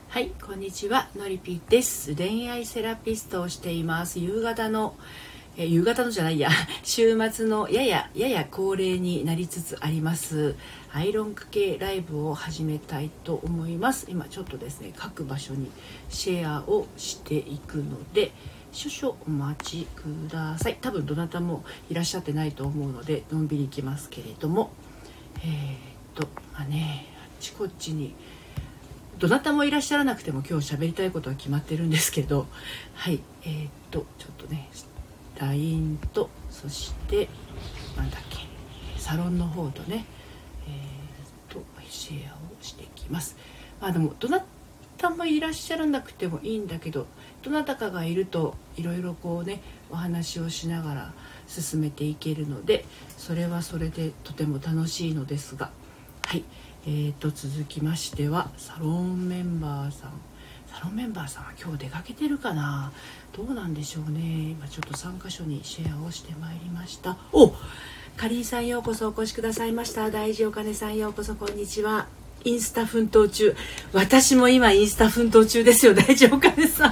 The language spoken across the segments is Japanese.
はい、こんにちは、のりぴです。恋愛セラピストをしています。夕方のじゃないや週末のやや恒例になりつつありますアイロンかけライブを始めたいと思います。今ちょっとですね、各場所にシェアをしていくので少々お待ちください。多分どなたもいらっしゃってないと思うのでのんびりいきますけれども、あちこちにどなたもいらっしゃらなくても今日喋りたいことは決まってるんですけど、はい、ちょっとね LINE とそしてサロンの方とねシェアをしていきます。でもどなたもいらっしゃらなくてもいいんだけど、どなたかがいるといろいろこうねお話をしながら進めていけるので、それはそれでとても楽しいのですが、はい、続きましてはサロンメンバーさんは今日出かけてるかな、どうなんでしょうね。今ちょっと3カ所にシェアをしてまいりました。かりんさんようこそお越しくださいました。大事お金さんようこそ、こんにちは。インスタ奮闘中。私も今インスタ奮闘中ですよ、大事お金さん。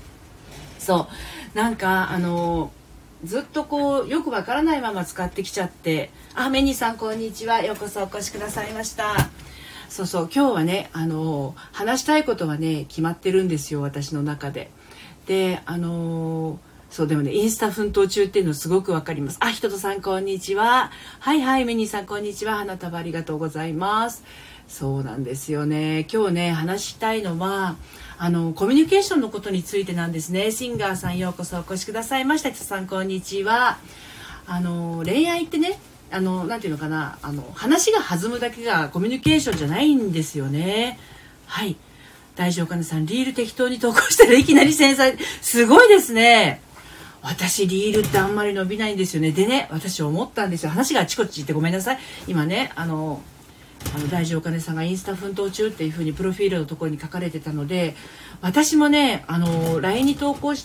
そうなんかずっとこうよくわからないまま使ってきちゃって、メニーさんこんにちは、ようこそお越しくださいました。今日はね話したいことはね決まってるんですよ、私の中で。ででもねインスタ奮闘中っていうのすごくわかります。ひととさんこんにちは。はいメニーさんこんにちは、花束ありがとうございます。そうなんですよね。今日ね話したいのはコミュニケーションのことについてなんですね。シンガーさんようこそお越しくださいました。ひとさんこんにちは。恋愛ってねなんていうのかな、話が弾むだけがコミュニケーションじゃないんですよね。はい、大丈夫かねさん、リール適当に投稿したらいきなり繊細、すごいですね。私リールってあんまり伸びないんですよね。でね、私思ったんですよ。話があちこち行ってごめんなさい。今ね大事お金さんがインスタ奮闘中っていう風にプロフィールのところに書かれてたので、私もねLINE に投稿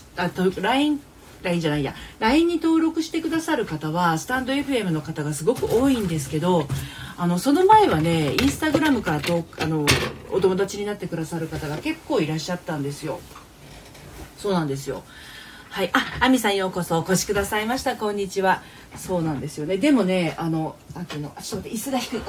LINE に登録してくださる方はスタンド FM の方がすごく多いんですけど、その前はねインスタグラムからお友達になってくださる方が結構いらっしゃったんですよ。そうなんですよ。はい、アミさんようこそお越しくださいました。こんにちは。そうなんですよね。でもねなんていうの、ちょっと待って、椅子が低い。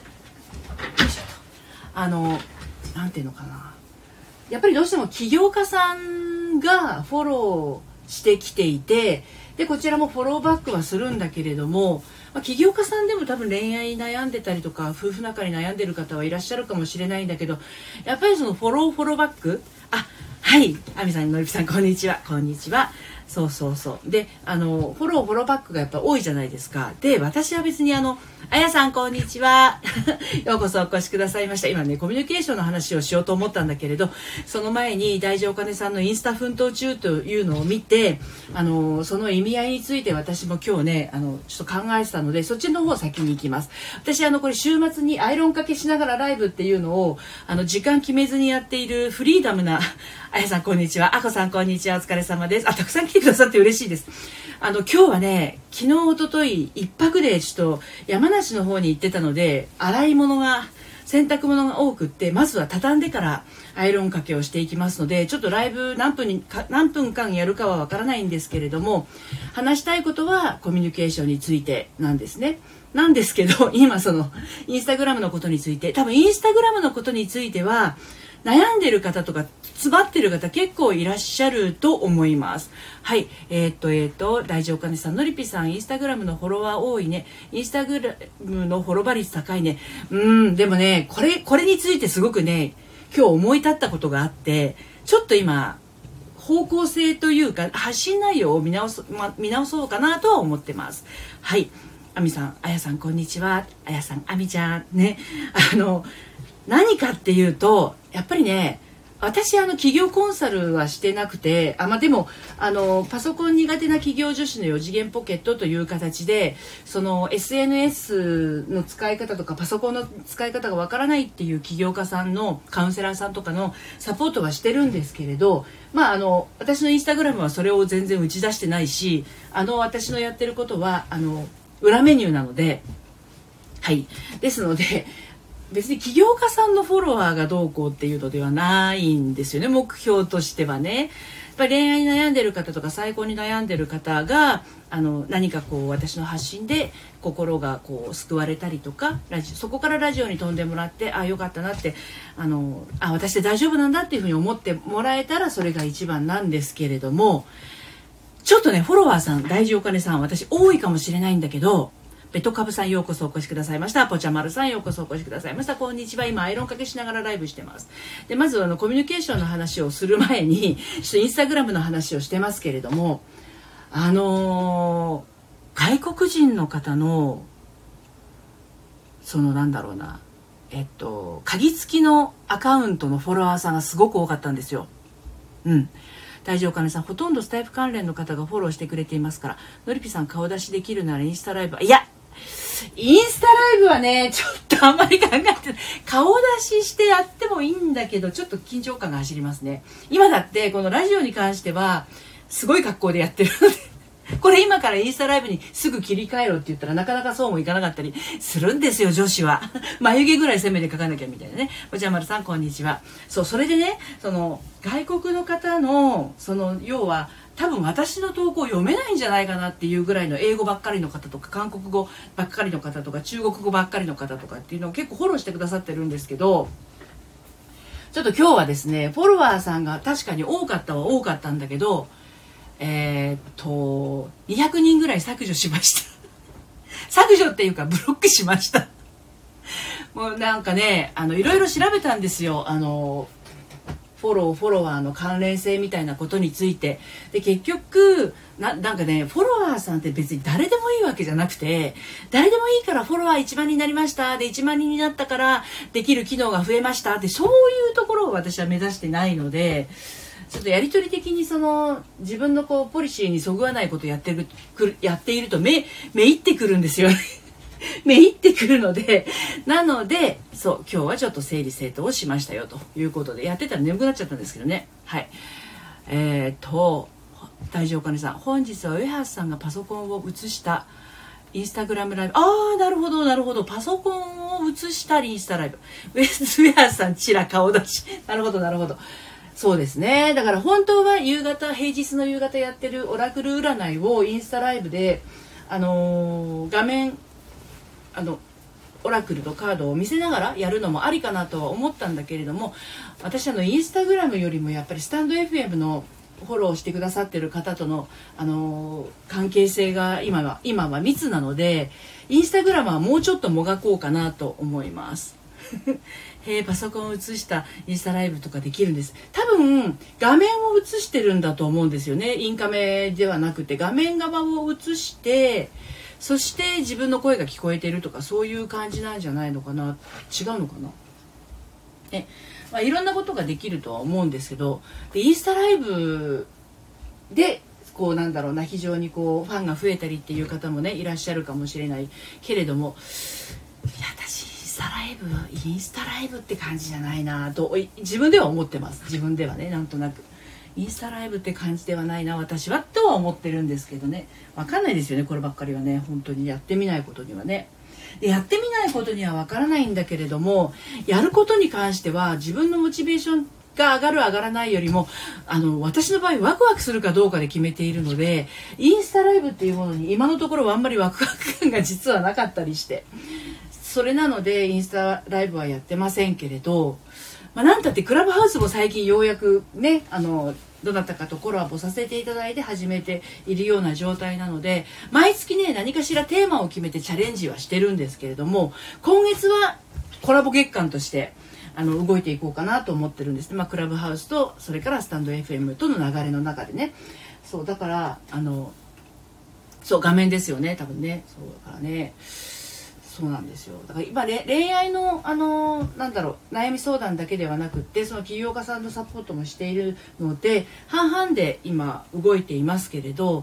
なんていうのかな、やっぱりどうしても起業家さんがフォローしてきていて、でこちらもフォローバックはするんだけれども、起業家さんでも多分恋愛悩んでたりとか夫婦仲に悩んでる方はいらっしゃるかもしれないんだけど、やっぱりそのフォローバック、はい、アミさんのりぴさんこんにちは。こんにちは。そうでフォローバックがやっぱ多いじゃないですか。で私は別にあやさんこんにちはようこそお越しくださいました。今ねコミュニケーションの話をしようと思ったんだけれど、その前に大事お金さんのインスタ奮闘中というのを見てその意味合いについて私も今日ねちょっと考えてたので、そっちの方先に行きます。私これ週末にアイロンかけしながらライブっていうのを時間決めずにやっているフリーダムなあやさんこんにちは、あこさんこんにちは、お疲れ様です。たくさん来てくださって嬉しいです。今日はね昨日一昨日一泊でちょっと山梨の方に行ってたので、洗濯物が多くって、まずは畳んでからアイロンかけをしていきますので、ちょっとライブ何分間やるかはわからないんですけれども、話したいことはコミュニケーションについてなんですね。なんですけど今そのインスタグラムのことについて、多分インスタグラムのことについては悩んでる方とか詰まってる方結構いらっしゃると思います。はい、大丈夫かねさん、のりぴさんインスタグラムのフォロワー多いね。インスタグラムのフォロワー率高いね。でもねこれについてすごくね今日思い立ったことがあって、ちょっと今方向性というか発信内容を見直そうかなとは思ってます。はい、あみさん、あやさんこんにちは。あやさん、あみちゃんね、何かっていうとやっぱりね、私企業コンサルはしてなくて、でもパソコン苦手な企業女子の4次元ポケットという形で、その SNS の使い方とかパソコンの使い方がわからないっていう起業家さんのカウンセラーさんとかのサポートはしてるんですけれど、私のインスタグラムはそれを全然打ち出してないし、私のやってることは裏メニューなので、はい、ですので別に起業家さんのフォロワーがどうこうっていうのではないんですよね、目標としてはね。やっぱり恋愛に悩んでる方とか再婚に悩んでる方が何かこう私の発信で心がこう救われたりとか、そこからラジオに飛んでもらって、あ、よかったなって私で大丈夫なんだっていうふうに思ってもらえたらそれが一番なんですけれども、ちょっとねフォロワーさん、大事お金さん私多いかもしれないんだけど、ベトカブさんようこそお越しくださいました。ポチャマルさんようこそお越しくださいました。こんにちは。今アイロンかけしながらライブしてます。でまずコミュニケーションの話をする前にちょっとインスタグラムの話をしてますけれども、外国人の方のなんだろうな、鍵付きのアカウントのフォロワーさんがすごく多かったんですよ。大丈夫かねさん、ほとんどスタイフ関連の方がフォローしてくれていますから、のりぴさん顔出しできるならインスタライブは、いやインスタライブはねちょっとあんまり考えてない。顔出ししてやってもいいんだけど、ちょっと緊張感が走りますね。今だってこのラジオに関してはすごい格好でやってるのでこれ今からインスタライブにすぐ切り替えろって言ったらなかなかそうもいかなかったりするんですよ、女子は眉毛ぐらい攻めて描かなきゃみたいなね。おじゃまるさんこんにちは。それでね、外国の方の要は多分私の投稿読めないんじゃないかなっていうぐらいの英語ばっかりの方とか、韓国語ばっかりの方とか、中国語ばっかりの方とかっていうのを結構フォローしてくださってるんですけど、ちょっと今日はですねフォロワーさんが確かに多かったんだけど、200人ぐらい削除しました削除っていうかブロックしましたもうなんかねいろいろ調べたんですよ、フォロワーの関連性みたいなことについて。で結局なんかね、フォロワーさんって別に誰でもいいわけじゃなくて、誰でもいいからフォロワー1万人になりましたで1万人になったからできる機能が増えましたって、そういうところを私は目指してないので、ちょっとやり取り的に自分のポリシーにそぐわないことをやっているとめいってくるんですよめいってくるので、なので今日はちょっと整理整頓をしましたよということで、やってたら眠くなっちゃったんですけどね。はい。大丈夫かねさん、本日は上橋さんがパソコンを映したインスタグラムライブ、なるほど、パソコンを映したりインスタライブ、上橋さんちら顔出しなるほどそうですね。だから本当は平日の夕方やってるオラクル占いをインスタライブで画面オラクルとカードを見せながらやるのもありかなとは思ったんだけれども、私インスタグラムよりもやっぱりスタンド FM のフォローしてくださってる方との、関係性が今は密なので、インスタグラムはもうちょっともがこうかなと思いますパソコンを映したインスタライブとかできるんです。多分画面を映してるんだと思うんですよね。インカメではなくて画面側を映して、そして自分の声が聞こえてるとか、そういう感じなんじゃないのかな。違うのかな。いろんなことができるとは思うんですけど、でインスタライブでなんだろうな、非常にファンが増えたりっていう方もねいらっしゃるかもしれないけれども、いや私インスタライブって感じじゃないなと自分では思ってます。自分ではね、なんとなくインスタライブって感じではないな私はとは思ってるんですけどね。分かんないですよね、こればっかりはね。本当にやってみないことにはね。でやってみないことには分からないんだけれども、やることに関しては自分のモチベーションが上がる上がらないよりも私の場合ワクワクするかどうかで決めているので、インスタライブっていうものに今のところはあんまりワクワク感が実はなかったりして、それなのでインスタライブはやってませんけれど、なんたってクラブハウスも最近ようやくねどなたかとコラボさせていただいて始めているような状態なので、毎月ね何かしらテーマを決めてチャレンジはしてるんですけれども、今月はコラボ月間として動いていこうかなと思ってるんです。クラブハウスとそれからスタンド FM との流れの中でね。そうだから画面ですよね多分ね。そうだからね、そうなんですよ。だから今恋愛の悩み相談だけではなくって、その起業家さんのサポートもしているので半々で今動いていますけれど、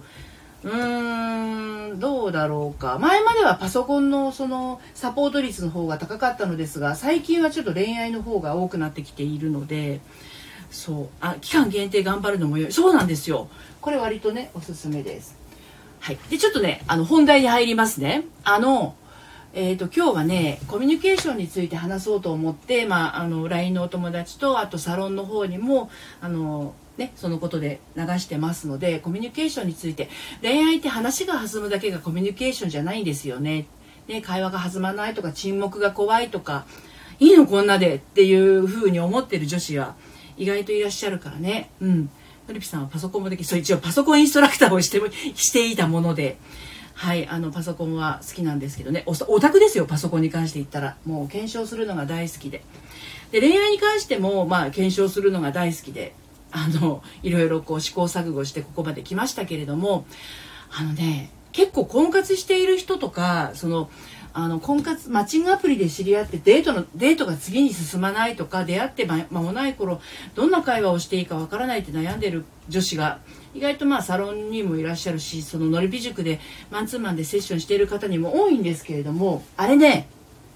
どうだろうか。前まではパソコンのサポート率の方が高かったのですが、最近はちょっと恋愛の方が多くなってきているので、期間限定頑張るのも良い。そうなんですよ。これ割とねおすすめです。はい。でちょっとね本題に入りますね。 今日はねコミュニケーションについて話そうと思って、LINE のお友達とあとサロンの方にもそのことで流してますので、コミュニケーションについて、恋愛って話が弾むだけがコミュニケーションじゃないんですよね。会話が弾まないとか沈黙が怖いとか、いいのこんなでっていう風に思ってる女子は意外といらっしゃるからね。のりぴさんはパソコンもでき、そう一応パソコンインストラクターをしていたもので、はい、パソコンは好きなんですけどね、オタクですよ。パソコンに関して言ったらもう検証するのが大好きで、恋愛に関しても検証するのが大好きで、いろいろ試行錯誤してここまで来ましたけれども、結構婚活している人とか、婚活マッチングアプリで知り合ってデートが次に進まないとか、出会って間もない頃どんな会話をしていいかわからないって悩んでいる女子が意外とサロンにもいらっしゃるし、そののりび塾でマンツーマンでセッションしている方にも多いんですけれども、あれね、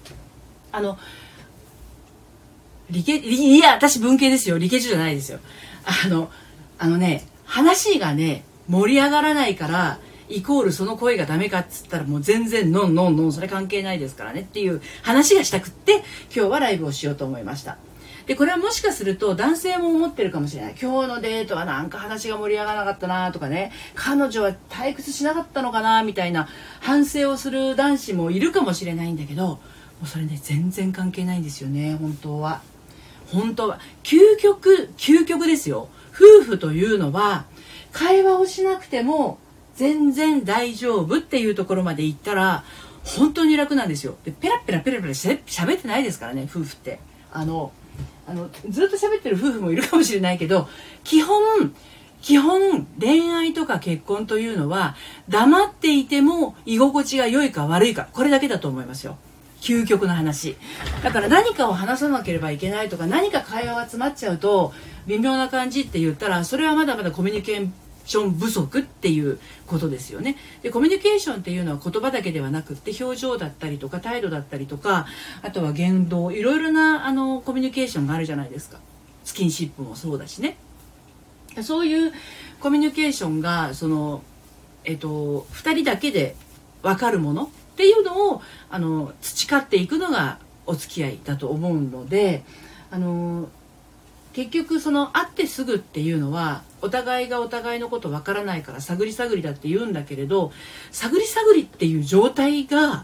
いや私文系ですよ、理系じゃないですよ。話がね盛り上がらないからイコールその声がダメかっつったら、もう全然ノンそれ関係ないですからねっていう話がしたくって、今日はライブをしようと思いました。でこれはもしかすると男性も思ってるかもしれない。今日のデートはなんか話が盛り上がらなかったなとかね、彼女は退屈しなかったのかなみたいな反省をする男子もいるかもしれないんだけど、もうそれね全然関係ないんですよね。本当は究極ですよ。夫婦というのは会話をしなくても全然大丈夫っていうところまで行ったら本当に楽なんですよ。でペラペラ喋ってないですからね、夫婦って。ずっと喋ってる夫婦もいるかもしれないけど、基本恋愛とか結婚というのは黙っていても居心地が良いか悪いか、これだけだと思いますよ。究極の話だから、何かを話さなければいけないとか、何か会話が詰まっちゃうと微妙な感じって言ったら、それはまだまだコミュニケーション不足っていうことですよね。でコミュニケーションっていうのは言葉だけではなくって、表情だったりとか態度だったりとか、あとは言動、いろいろなコミュニケーションがあるじゃないですか。スキンシップもそうだしね。そういうコミュニケーションが2人だけで分かるものっていうのを培っていくのがお付き合いだと思うので、結局会ってすぐっていうのはお互いがお互いのことわからないから探り探りだって言うんだけれど、探り探りっていう状態が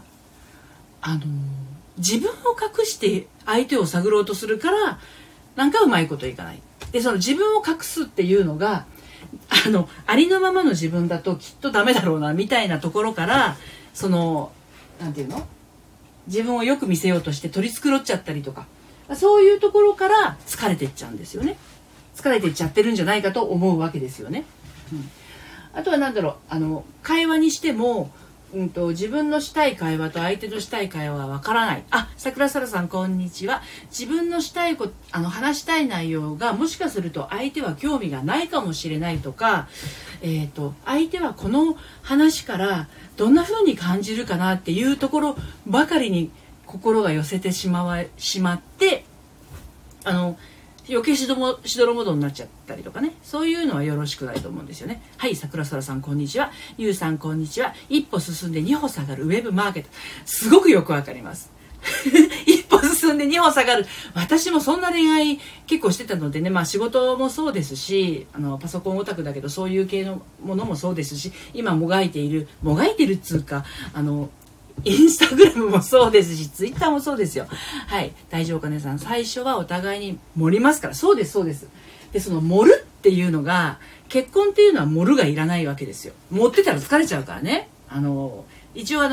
自分を隠して相手を探ろうとするからなんかうまいこといかない。でその自分を隠すっていうのがありのままの自分だときっとダメだろうなみたいなところから、なんていうの、自分をよく見せようとして取り繕っちゃったりとか、そういうところから疲れていっちゃうんですよね。疲れていっちゃってるんじゃないかと思うわけですよね。あとは会話にしても、自分のしたい会話と相手のしたい会話はわからない。桜空さんこんにちは。自分のしたい話したい内容がもしかすると相手は興味がないかもしれないとか、相手はこの話からどんな風に感じるかなっていうところばかりに心が寄せてしまって余計しどろもどになっちゃったりとかね、そういうのはよろしくないと思うんですよね。はい、桜空さんこんにちは。ゆうさんこんにちは。一歩進んで二歩下がるウェブマーケット、すごくよくわかります一歩進んで二歩下がる。私もそんな恋愛結構してたのでね、仕事もそうですし、パソコンオタクだけどそういう系のものもそうですし、今もがいてるっつうかインスタグラムもそうですし、ツイッターもそうですよ。はい、大丈夫かねさん、最初はお互いに盛りますから。そうです。でその盛るっていうのが、結婚っていうのは盛るがいらないわけですよ。盛ってたら疲れちゃうからね。一応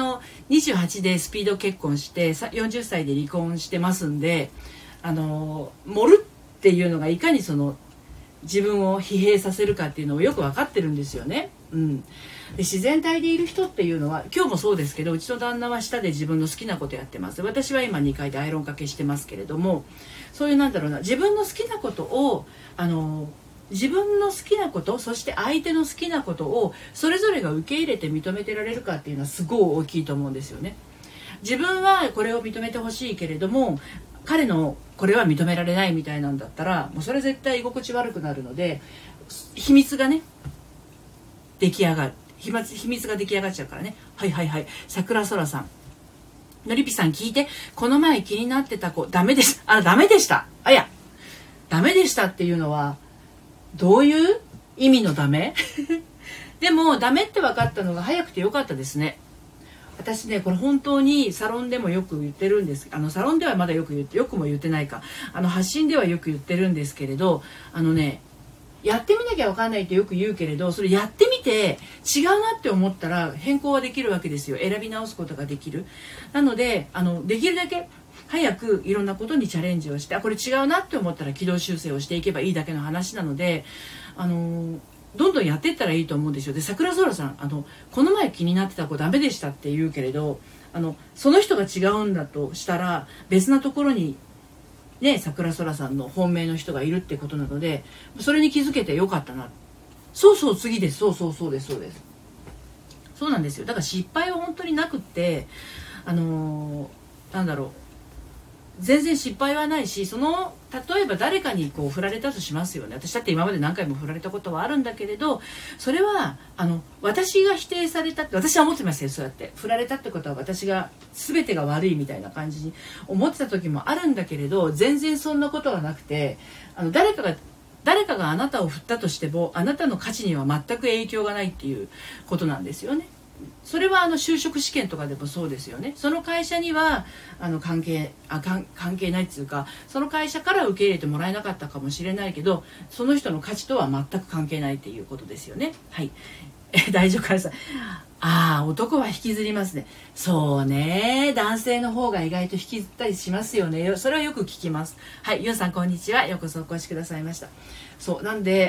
28でスピード結婚して40歳で離婚してますんで、盛るっていうのがいかに自分を疲弊させるかっていうのをよく分かってるんですよね。で自然体でいる人っていうのは、今日もそうですけど、うちの旦那は下で自分の好きなことやってます。私は今2階でアイロンかけしてますけれども、そういう自分の好きなことを自分の好きなこと、そして相手の好きなことをそれぞれが受け入れて認めてられるかっていうのはすごい大きいと思うんですよね。自分はこれを認めてほしいけれども、彼のこれは認められないみたいなんだったら、もうそれ絶対居心地悪くなるので、秘密が出来上がっちゃうからね。はい、桜空さん、 のりぴさん聞いて、この前気になってた子、ダメでした。ダメでした。ダメでしたっていうのは、どういう意味のダメでも、ダメって分かったのが早くてよかったですね。私ね、これ本当にサロンでもよく言ってるんです。サロンではまだよくも言ってないか。発信ではよく言ってるんですけれど、やってみなきゃ分かんないってよく言うけれど、それやってみて違うなって思ったら変更はできるわけですよ。選び直すことができる。なのでできるだけ早くいろんなことにチャレンジをして、これ違うなって思ったら軌道修正をしていけばいいだけの話なので、どんどんやっていったらいいと思うんですよ。で、桜空さん、この前気になってた子ダメでしたって言うけれど、その人が違うんだとしたら別なところにね、桜空さんの本命の人がいるってことなので、それに気づけてよかったな。そう次です。そうです。そうなんですよ。だから失敗は本当になくって、なんだろう、全然失敗はないし、例えば誰かに振られたとしますよね。私だって今まで何回も振られたことはあるんだけれど、それは私が否定されたって私は思ってますよ。そうやって振られたってことは私が全てが悪いみたいな感じに思ってた時もあるんだけれど、全然そんなことはなくて、誰かがあなたを振ったとしてもあなたの価値には全く影響がないっていうことなんですよね。それは就職試験とかでもそうですよね。その会社には関係ないっていうか、その会社から受け入れてもらえなかったかもしれないけど、その人の価値とは全く関係ないっていうことですよね。はい。大丈夫かさん。男は引きずりますね。そうね。男性の方が意外と引きずったりしますよね。それはよく聞きます。はい。ゆうさんこんにちは。ようこそお越しくださいました。そうなんで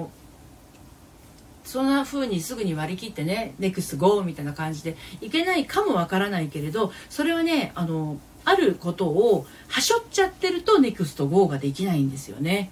そんな風にすぐに割り切ってね、ネクストゴーみたいな感じでいけないかもわからないけれど、それはね、あることをはしょっちゃってるとネクストゴーができないんですよね。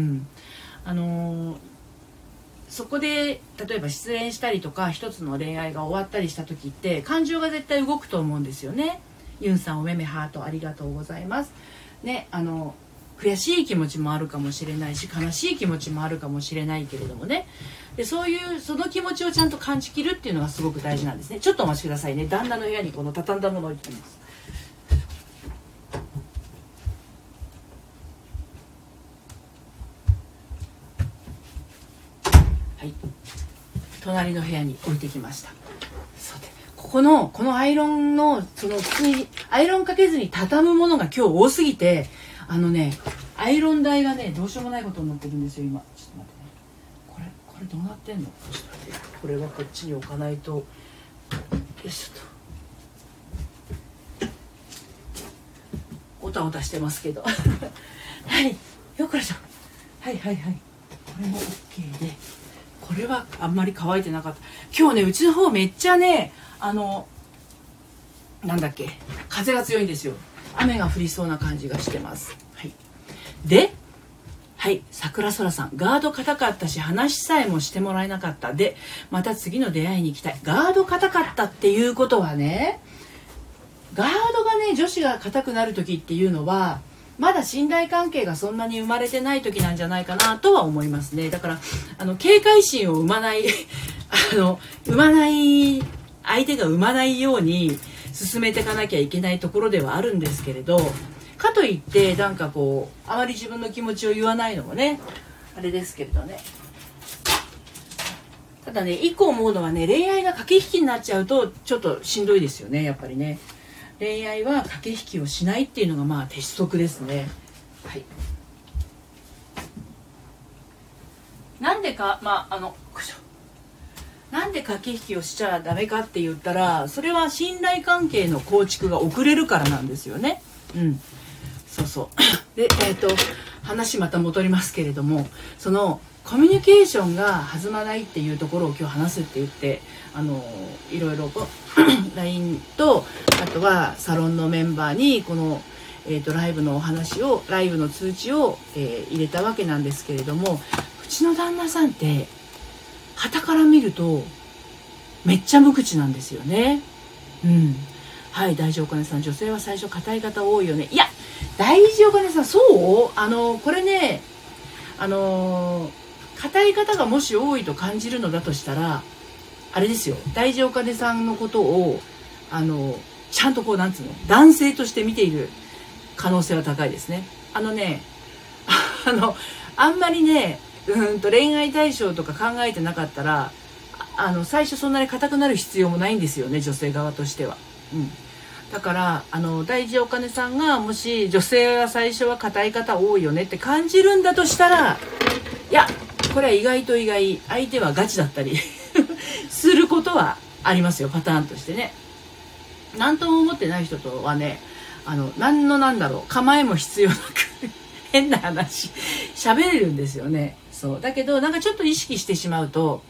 そこで例えば失恋したりとか、一つの恋愛が終わったりした時って感情が絶対動くと思うんですよね。ユンさんおめめハートありがとうございますね。悔しい気持ちもあるかもしれないし、悲しい気持ちもあるかもしれないけれどもね。で、その気持ちをちゃんと感じきるっていうのがすごく大事なんですね。ちょっとお待ちくださいね。旦那の部屋にこの畳んだものを置いてます。はい。隣の部屋に置いてきました。さて、このアイロンの普通にアイロンかけずに畳むものが今日多すぎて、アイロン台がね、どうしようもないことになってるんですよ今。ちょっと待ってね。これどうなってんの？ちょっと待って。これはこっちに置かないと。よいしょと。おたおたしてますけど。はい。よっこらしょ。はい。これも OK で。これはあんまり乾いてなかった。今日ね、うちの方めっちゃね、なんだっけ、風が強いんですよ。雨が降りそうな感じがしてます。はい。で、はい、桜空さん、ガード硬かったし話さえもしてもらえなかった。で、また次の出会いに行きたい。ガード硬かったっていうことはね、ガードがね、女子が硬くなる時っていうのはまだ信頼関係がそんなに生まれてない時なんじゃないかなとは思いますね。だから警戒心を生まない相手が生まないように進めていかなきゃいけないところではあるんですけれど、かといってなんかあまり自分の気持ちを言わないのもねあれですけれどね。ただね、一個思うのはね、恋愛が駆け引きになっちゃうとちょっとしんどいですよね。やっぱりね、恋愛は駆け引きをしないっていうのが鉄則ですね。はい。なんでかなんで駆け引きをしちゃダメかって言ったら、それは信頼関係の構築が遅れるからなんですよね。そうで、話また戻りますけれども、そのコミュニケーションが弾まないっていうところを今日話すって言っていろいろLINE と、あとはサロンのメンバーにこの、ライブのお話を、ライブの通知を、入れたわけなんですけれども、うちの旦那さんって傍から見るとめっちゃ無口なんですよね。はい、大事お金さん、女性は最初硬い方多いよね。いや、大事お金さん、そうこれね、硬い方がもし多いと感じるのだとしたらあれですよ、大事お金さんのことをちゃんとこうなんつうの、男性として見ている可能性は高いですね。あんまりね、恋愛対象とか考えてなかったら、最初そんなに硬くなる必要もないんですよね、女性側としては。だから大事お金さんがもし女性は最初は硬い方多いよねって感じるんだとしたら、いやこれは意外と相手はガチだったりすることはありますよ、パターンとしてね。何とも思ってない人とはね、構えも必要なく変な話喋れるんですよね。そうだけどなんかちょっと意識してしまうと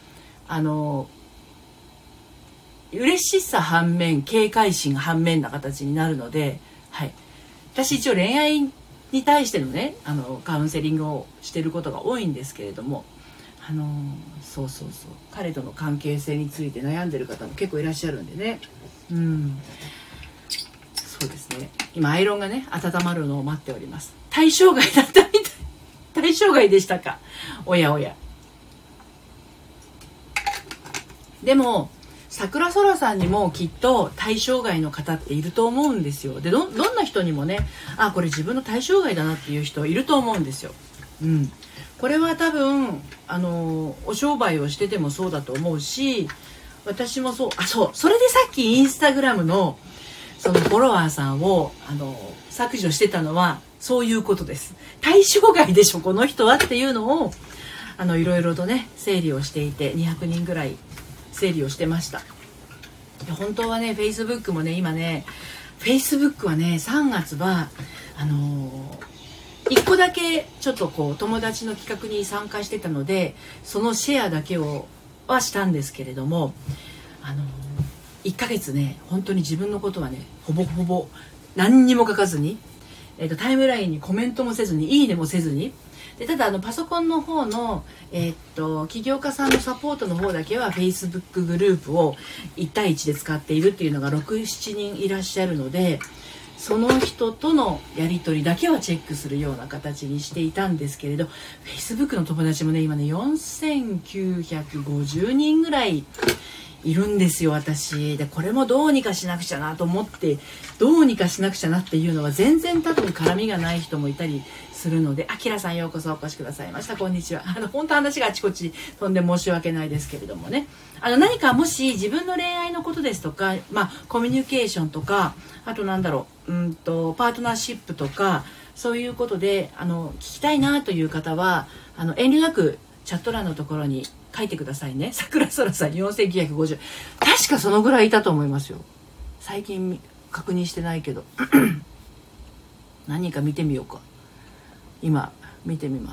嬉しさ反面警戒心反面な形になるので、はい、私一応恋愛に対してのねカウンセリングをしていることが多いんですけれども、そう彼との関係性について悩んでる方も結構いらっしゃるんでね。そうですね、今アイロンがね温まるのを待っております。対象外だったみたい。対象外でしたか。おやおや。でも桜空さんにもきっと対象外の方っていると思うんですよ。で どんな人にもね、これ自分の対象外だなっていう人いると思うんですよ。これは多分お商売をしててもそうだと思うし、私もそれでさっきインスタグラムのそのフォロワーさんを削除してたのはそういうことです。対象外でしょこの人はっていうのをいろいろとね整理をしていて、200人ぐらい整理をしてました。本当はね Facebook もね今ね Facebook はね3月は1個だけちょっとこう友達の企画に参加してたのでそのシェアだけはしたんですけれども、1ヶ月ね本当に自分のことはねほぼほぼ何にも書かずに、タイムラインにコメントもせずにいいねもせずにで、ただパソコンの方の、起業家さんのサポートの方だけは Facebook グループを1対1で使っているっていうのが 6,7 人いらっしゃるので、その人とのやり取りだけはチェックするような形にしていたんですけれど、 Facebook の友達もね今ね4950人ぐらいいるんですよ私で。これもどうにかしなくちゃなと思って、どうにかしなくちゃなっていうのは全然多分絡みがない人もいたりするので、あきらさんようこそお越しくださいました。こんにちは。本当話があちこち飛んで申し訳ないですけれどもね、何かもし自分の恋愛のことですとか、コミュニケーションとか、あとパートナーシップとかそういうことで聞きたいなという方は遠慮なくチャット欄のところに書いてくださいね。桜空さん4950、確かそのぐらいいたと思いますよ。最近確認してないけど何か見てみようか。今見てみます。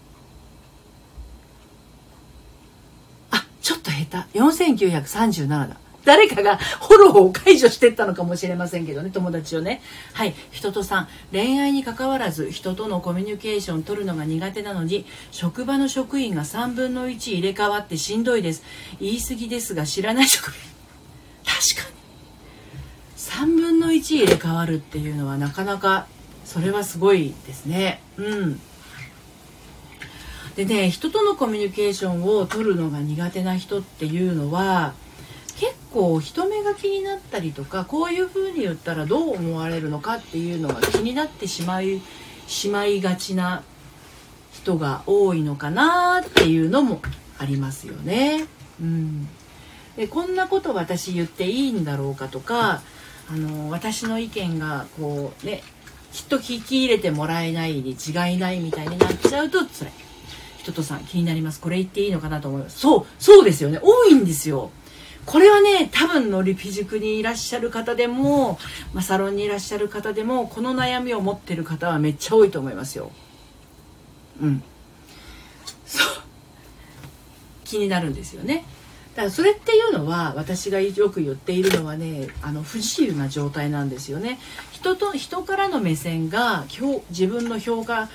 ちょっと下手、4937だ。誰かがフォローを解除してったのかもしれませんけどね、友達をね。はい、人とさん、恋愛に関わらず人とのコミュニケーション取るのが苦手なのに職場の職員が3分の1入れ替わってしんどいです。言い過ぎですが知らない職員、確かに3分の1入れ替わるっていうのはなかなかそれはすごいですね。でね、人とのコミュニケーションを取るのが苦手な人っていうのは結構人目が気になったりとか、こういう風に言ったらどう思われるのかっていうのが気になってしまいがちな人が多いのかなっていうのもありますよね。でこんなこと私言っていいんだろうかとか、私の意見がこうねきっと聞き入れてもらえないに違いないみたいになっちゃうと辛い。人とさん気になります。これ言っていいのかなと思います。そうですよね。多いんですよ。これはね多分のりぴ塾にいらっしゃる方でも、サロンにいらっしゃる方でもこの悩みを持ってる方はめっちゃ多いと思いますよ。気になるんですよね。だからそれっていうのは私がよく言っているのはね不自由な状態なんですよね。人からの目線が自分の評価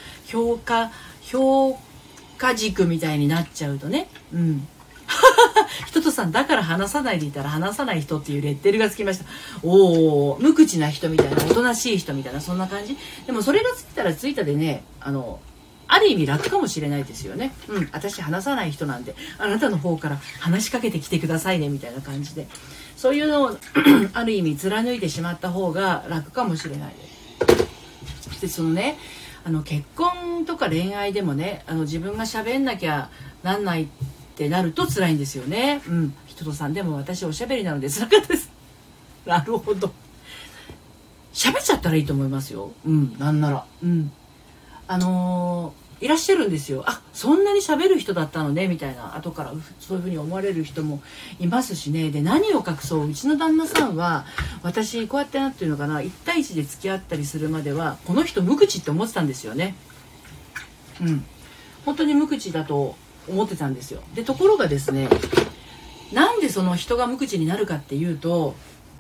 軸みたいになっちゃうとね。人とさんだから話さないでいたら話さない人っていうレッテルがつきました。無口な人みたいな、おとなしい人みたいな、そんな感じ。でもそれがついたらついたでねある意味楽かもしれないですよね。私話さない人なんであなたの方から話しかけてきてくださいねみたいな感じで、 そういうのをある意味貫いてしまった方が楽かもしれないです。でそのね結婚とか恋愛でもね自分が喋んなきゃなんないってなると辛いんですよね。人とさんでも私おしゃべりなので辛かったです。なるほど。喋っちゃったらいいと思いますよ。なんなら。いらっしゃるんですよ。あ、そんなに喋る人だったのねみたいな、後からそういうふうに思われる人もいますしね。で何を隠そう、うちの旦那さんは私こうやってなんていうのかな、1対1で付き合ったりするまではこの人無口って思ってたんですよね。本当に無口だと思ってたんですよ。でところがですね、なんでその人が無口になるかっていうと、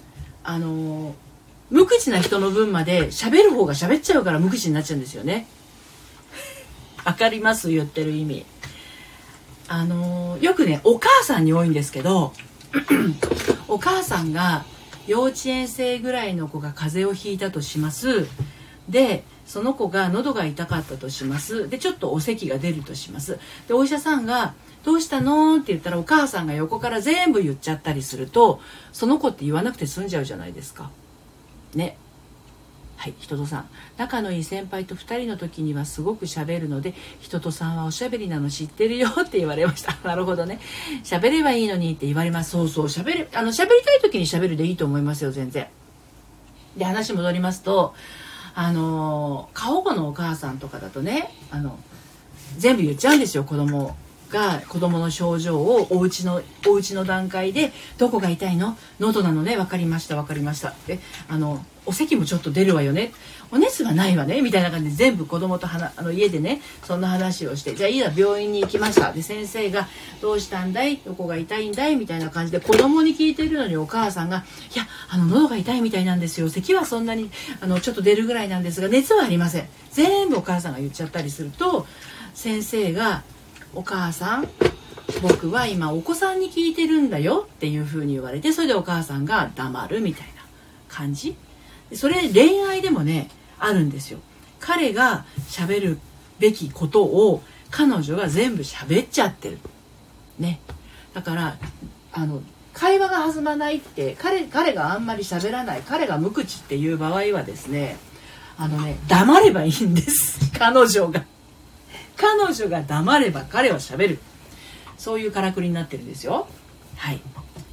無口な人の分まで喋る方が喋っちゃうから無口になっちゃうんですよね。わかります？言ってる意味。よくねお母さんに多いんですけどお母さんが幼稚園生ぐらいの子が風邪をひいたとします。でその子が喉が痛かったとします。でちょっとお咳が出るとします。でお医者さんがどうしたのって言ったらお母さんが横から全部言っちゃったりすると、その子って言わなくて済んじゃうじゃないですかね。はい、人とさん、仲のいい先輩と2人の時にはすごく喋るので、人とさんはおしゃべりなの知ってるよって言われました。なるほどね。喋ればいいのにって言われます。そうそう、喋りたい時に喋るでいいと思いますよ、全然。で話戻りますと、過保護のお母さんとかだとね、全部言っちゃうんですよ。子供の症状をお家の段階で、どこが痛いの？喉なのね。分かりましたで、お咳もちょっと出るわよね、お熱はないわねみたいな感じで全部子供と家でねそんな話をして、じゃあいいや病院に行きました。で先生がどうしたんだい、どこが痛いんだいみたいな感じで子供に聞いてるのに、お母さんがいや喉が痛いみたいなんですよ、咳はそんなにちょっと出るぐらいなんですが熱はありません、全部お母さんが言っちゃったりすると、先生がお母さん僕は今お子さんに聞いてるんだよっていう風に言われて、それでお母さんが黙るみたいな感じ。それ恋愛でもねあるんですよ。彼が喋るべきことを彼女が全部喋っちゃってるね。だから会話が弾まないって、彼があんまり喋らない、彼が無口っていう場合はですね、黙ればいいんです。彼女が黙れば彼は喋る、そういうからくりになってるんですよ。はい。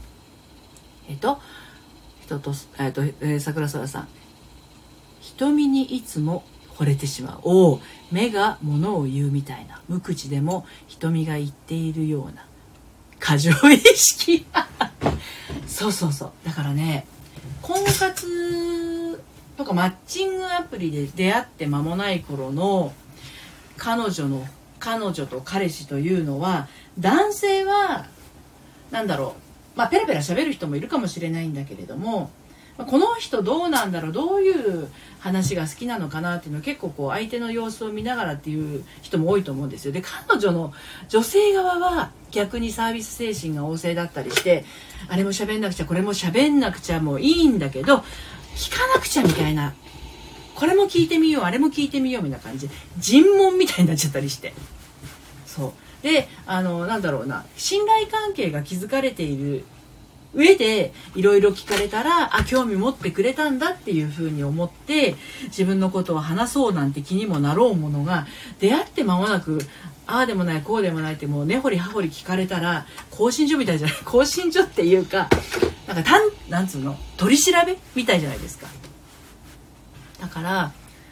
桜空さん、瞳にいつも惚れてしまう。目が物を言うみたいな、無口でも瞳が言っているような過剰意識そうだからね、婚活とかマッチングアプリで出会って間もない頃の彼女と彼氏というのは、男性はペラペラ喋る人もいるかもしれないんだけれども、この人どうなんだろう、どういう話が好きなのかなっていうのを結構相手の様子を見ながらっていう人も多いと思うんですよ。で彼女の女性側は逆にサービス精神が旺盛だったりして、あれも喋んなくちゃこれも喋んなくちゃもいいんだけど聞かなくちゃみたいな、これも聞いてみようあれも聞いてみようみたいな感じで尋問みたいになっちゃったりして、そうで信頼関係が築かれている上でいろいろ聞かれたら興味持ってくれたんだっていう風に思って自分のことを話そうなんて気にもなろうものが、出会って間もなくああでもないこうでもないってもう根掘り葉掘り聞かれたら更新所みたいじゃない、更新所っていうかなんつうの取り調べみたいじゃないですか。だから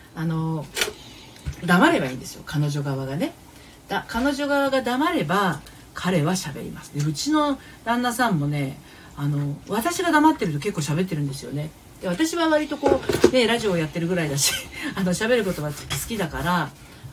黙ればいいんですよ、彼女側がね。彼女側が黙れば彼は喋ります。でうちの旦那さんもね私が黙ってると結構喋ってるんですよね。で私は割とラジオをやってるぐらいだし喋ることが好きだから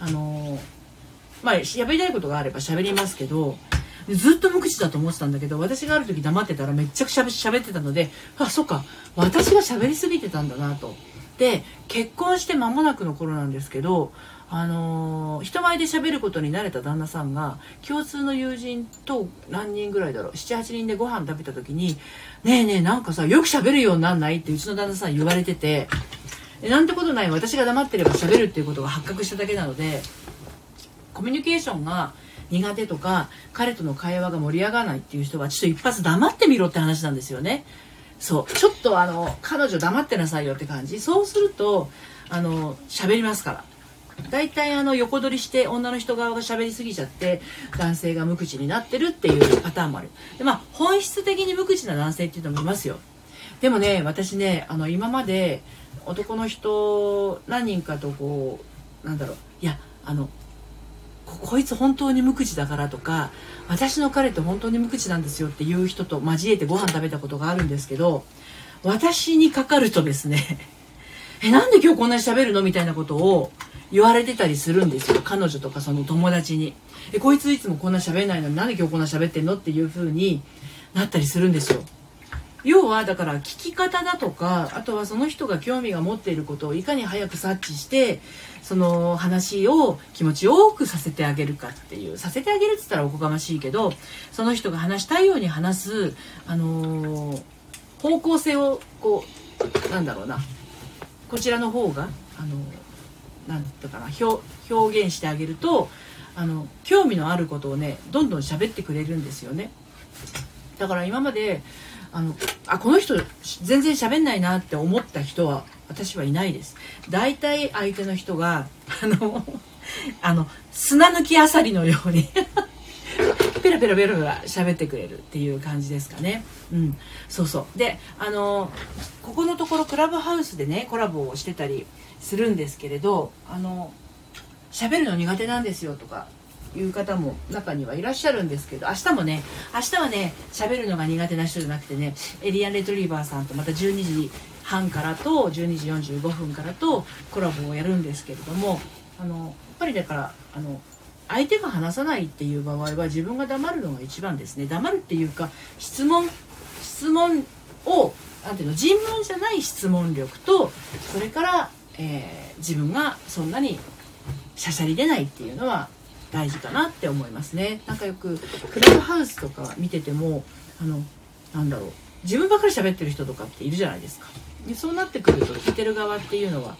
喋りたいことがあれば喋りますけど、ずっと無口だと思ってたんだけど、私がある時黙ってたらめっちゃくちゃ喋ってたので、そっか私が喋りすぎてたんだなと。で結婚して間もなくの頃なんですけど、人前で喋ることに慣れた旦那さんが共通の友人と何人ぐらいだろう 7,8 人でご飯食べた時に「ねえねえなんかさよく喋るようになんない?」ってうちの旦那さん言われてて、なんてことない、私が黙ってれば喋るっていうことが発覚しただけなので、コミュニケーションが苦手とか彼との会話が盛り上がらないっていう人はちょっと一発黙ってみろって話なんですよね。 そうちょっと彼女黙ってなさいよって感じ。そうすると喋りますから。だいたい横取りして女の人側が喋りすぎちゃって男性が無口になってるっていうパターンもある。で本質的に無口な男性っていうのもいますよ。でもね、私ね今まで男の人何人かとこういやこいつ本当に無口だからとか、私の彼って本当に無口なんですよっていう人と交えてご飯食べたことがあるんですけど、私にかかるとですねなんで今日こんなに喋るのみたいなことを言われてたりするんですよ。彼女とかその友達に。こいついつもこんな喋んないのになんで今日こんな喋ってんのっていう風になったりするんですよ。要はだから聞き方だとか、あとはその人が興味が持っていることをいかに早く察知してその話を気持ちよくさせてあげるかっていう、させてあげるって言ったらおこがましいけど、その人が話したいように話す、方向性をこうこちらの方がなんていうかな、表現してあげると興味のあることをねどんどん喋ってくれるんですよね。だから今までこの人全然喋んないなって思った人は私はいないです。だいたい相手の人が砂抜きあさりのようにペラペラペラペラ喋ってくれるっていう感じですかね。そうそうでここのところクラブハウスでねコラボをしてたりするんですけれど、喋るの苦手なんですよとかいう方も中にはいらっしゃるんですけど、明日はね喋るのが苦手な人じゃなくてね、エリアン・レトリーバーさんとまた12時半からと12時45分からとコラボをやるんですけれども、やっぱりだから相手が話さないっていう場合は自分が黙るのが一番ですね。黙るっていうか質問を尋問じゃない質問力と、それから、自分がそんなにしゃしゃり出ないっていうのは大事かなって思いますね。なんかよくクラブハウスとか見てても自分ばっかり喋ってる人とかっているじゃないですか。でそうなってくると聞いてる側っていうのは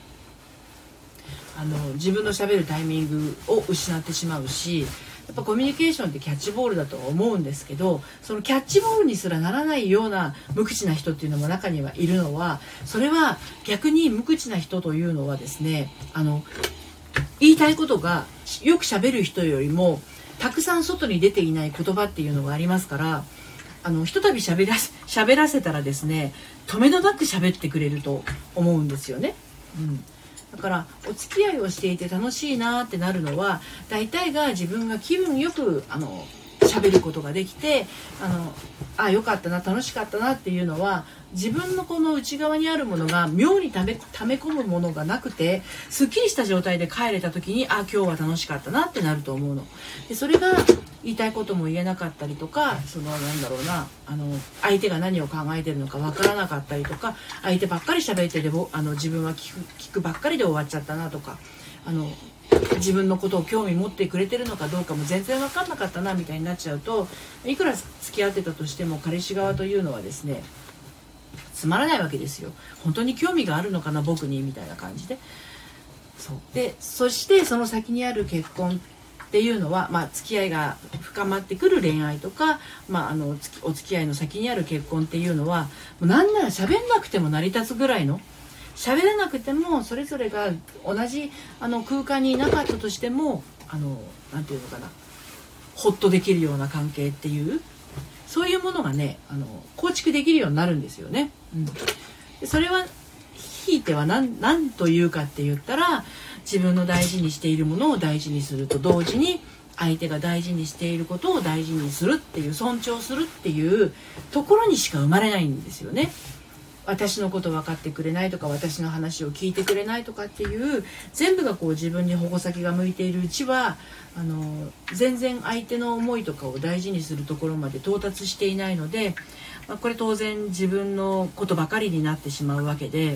自分の喋るタイミングを失ってしまうし、やっぱコミュニケーションってキャッチボールだとは思うんですけど、そのキャッチボールにすらならないような無口な人っていうのも中にはいるのは、それは逆に無口な人というのはですね言いたいことがよく喋る人よりもたくさん外に出ていない言葉っていうのがありますから、ひとたび喋らせたらですね止めどなく喋ってくれると思うんですよね。だからお付き合いをしていて楽しいなってなるのは、大体が自分が気分よく喋ることができてよかったな楽しかったなっていうのは、自分のこの内側にあるものが妙に溜め込むものがなくてすっきりした状態で帰れた時に今日は楽しかったなってなると思うので、それが言いたいことも言えなかったりとか、相手が何を考えてるのかわからなかったりとか、相手ばっかり喋ってて自分は聞くばっかりで終わっちゃったなとか、自分のことを興味持ってくれてるのかどうかも全然分かんなかったなみたいになっちゃうと、いくら付き合ってたとしても彼氏側というのはですねつまらないわけですよ。本当に興味があるのかな僕にみたいな感じで。そしてその先にある結婚っていうのは、付き合いが深まってくる恋愛とか、お付き合いの先にある結婚っていうのはもうなんなら喋んなくても成り立つぐらいの、喋らなくてもそれぞれが同じ空間にいなかったとしてもなんていうのかな、ホッとできるような関係っていう、そういうものがね構築できるようになるんですよね。でそれはひいては何というかって言ったら、自分の大事にしているものを大事にすると同時に相手が大事にしていることを大事にするっていう、尊重するっていうところにしか生まれないんですよね。私のこと分かってくれないとか、私の話を聞いてくれないとかっていう全部がこう自分に矛先が向いているうちは全然相手の思いとかを大事にするところまで到達していないので、これ当然自分のことばかりになってしまうわけで、